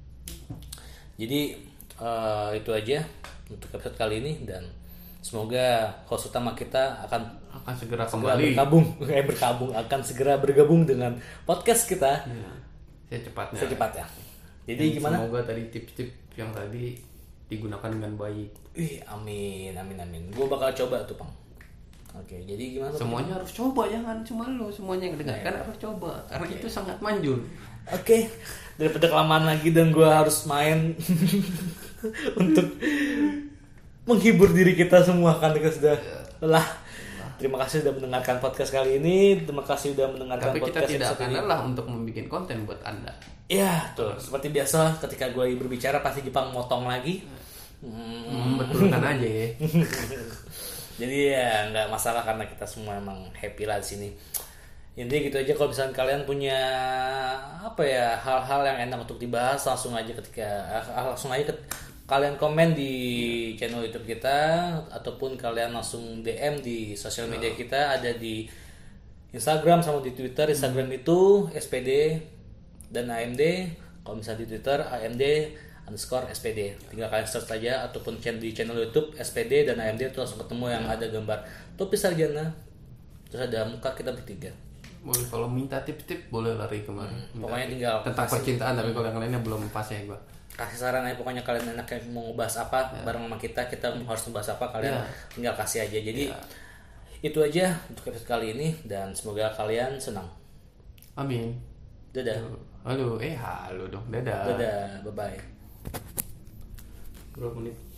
Speaker 2: Jadi Uh, itu aja untuk episode kali ini dan semoga host utama kita akan
Speaker 1: Akan segera
Speaker 2: segera
Speaker 1: kembali.
Speaker 2: bergabung eh bergabung akan segera bergabung dengan podcast kita
Speaker 1: Ya, secepatnya.
Speaker 2: secepatnya. Jadi
Speaker 1: Dan
Speaker 2: gimana?
Speaker 1: Semoga tadi tips-tips yang tadi digunakan dengan baik.
Speaker 2: Ih, amin amin amin. Gue bakal coba tuh, Pang. Oke, jadi gimana?
Speaker 1: Semuanya harus coba, jangan cuma lu, semuanya yang dengarkan harus coba karena itu sangat manjur.
Speaker 2: Oke, daripada kelamaan lagi dan gue harus main untuk menghibur diri kita semua kan kita sudah lelah. Terima kasih sudah mendengarkan podcast kali ini. Terima kasih sudah mendengarkan
Speaker 1: Tapi kita
Speaker 2: podcast
Speaker 1: tidak
Speaker 2: episode
Speaker 1: akan
Speaker 2: ini.
Speaker 1: lelah untuk membuat konten buat Anda.
Speaker 2: Ya, tuh seperti biasa ketika gue berbicara pasti Jepang motong lagi. Hmm.
Speaker 1: Membetulkan aja ya.
Speaker 2: Jadi ya nggak masalah karena kita semua emang happy lah di sini. Intinya gitu aja. Kalau misalnya kalian punya apa ya hal-hal yang enak untuk dibahas, langsung aja ketika ah, langsung aja ke, kalian komen di channel YouTube kita, ataupun kalian langsung D M di sosial media kita, ada di Instagram sama di Twitter. Instagram itu S P D dan A M D. Kalau misalnya di Twitter A M D underscore S P D. Tinggal kalian search aja, ataupun di channel YouTube S P D dan A M D itu langsung ketemu yang ada gambar topi sarjana, terus ada muka kita bertiga.
Speaker 1: Boleh, kalau minta tips-tips boleh lari kemarin.
Speaker 2: Hmm, pokoknya tinggal
Speaker 1: tentang
Speaker 2: kasih,
Speaker 1: percintaan, tapi kalau yang lainnya belum pas ya gua.
Speaker 2: kasih saran aja, pokoknya kalian enaknya mau ngebahas apa ya. Bareng sama kita, kita harus ngebahas apa, kalian ya. Tinggal kasih aja. Jadi ya. Itu aja untuk episode kali ini, dan semoga kalian senang.
Speaker 1: Amin.
Speaker 2: Dadah.
Speaker 1: Halo, eh halo dong. Dadah.
Speaker 2: Dadah, bye bye.
Speaker 1: Berapa menit?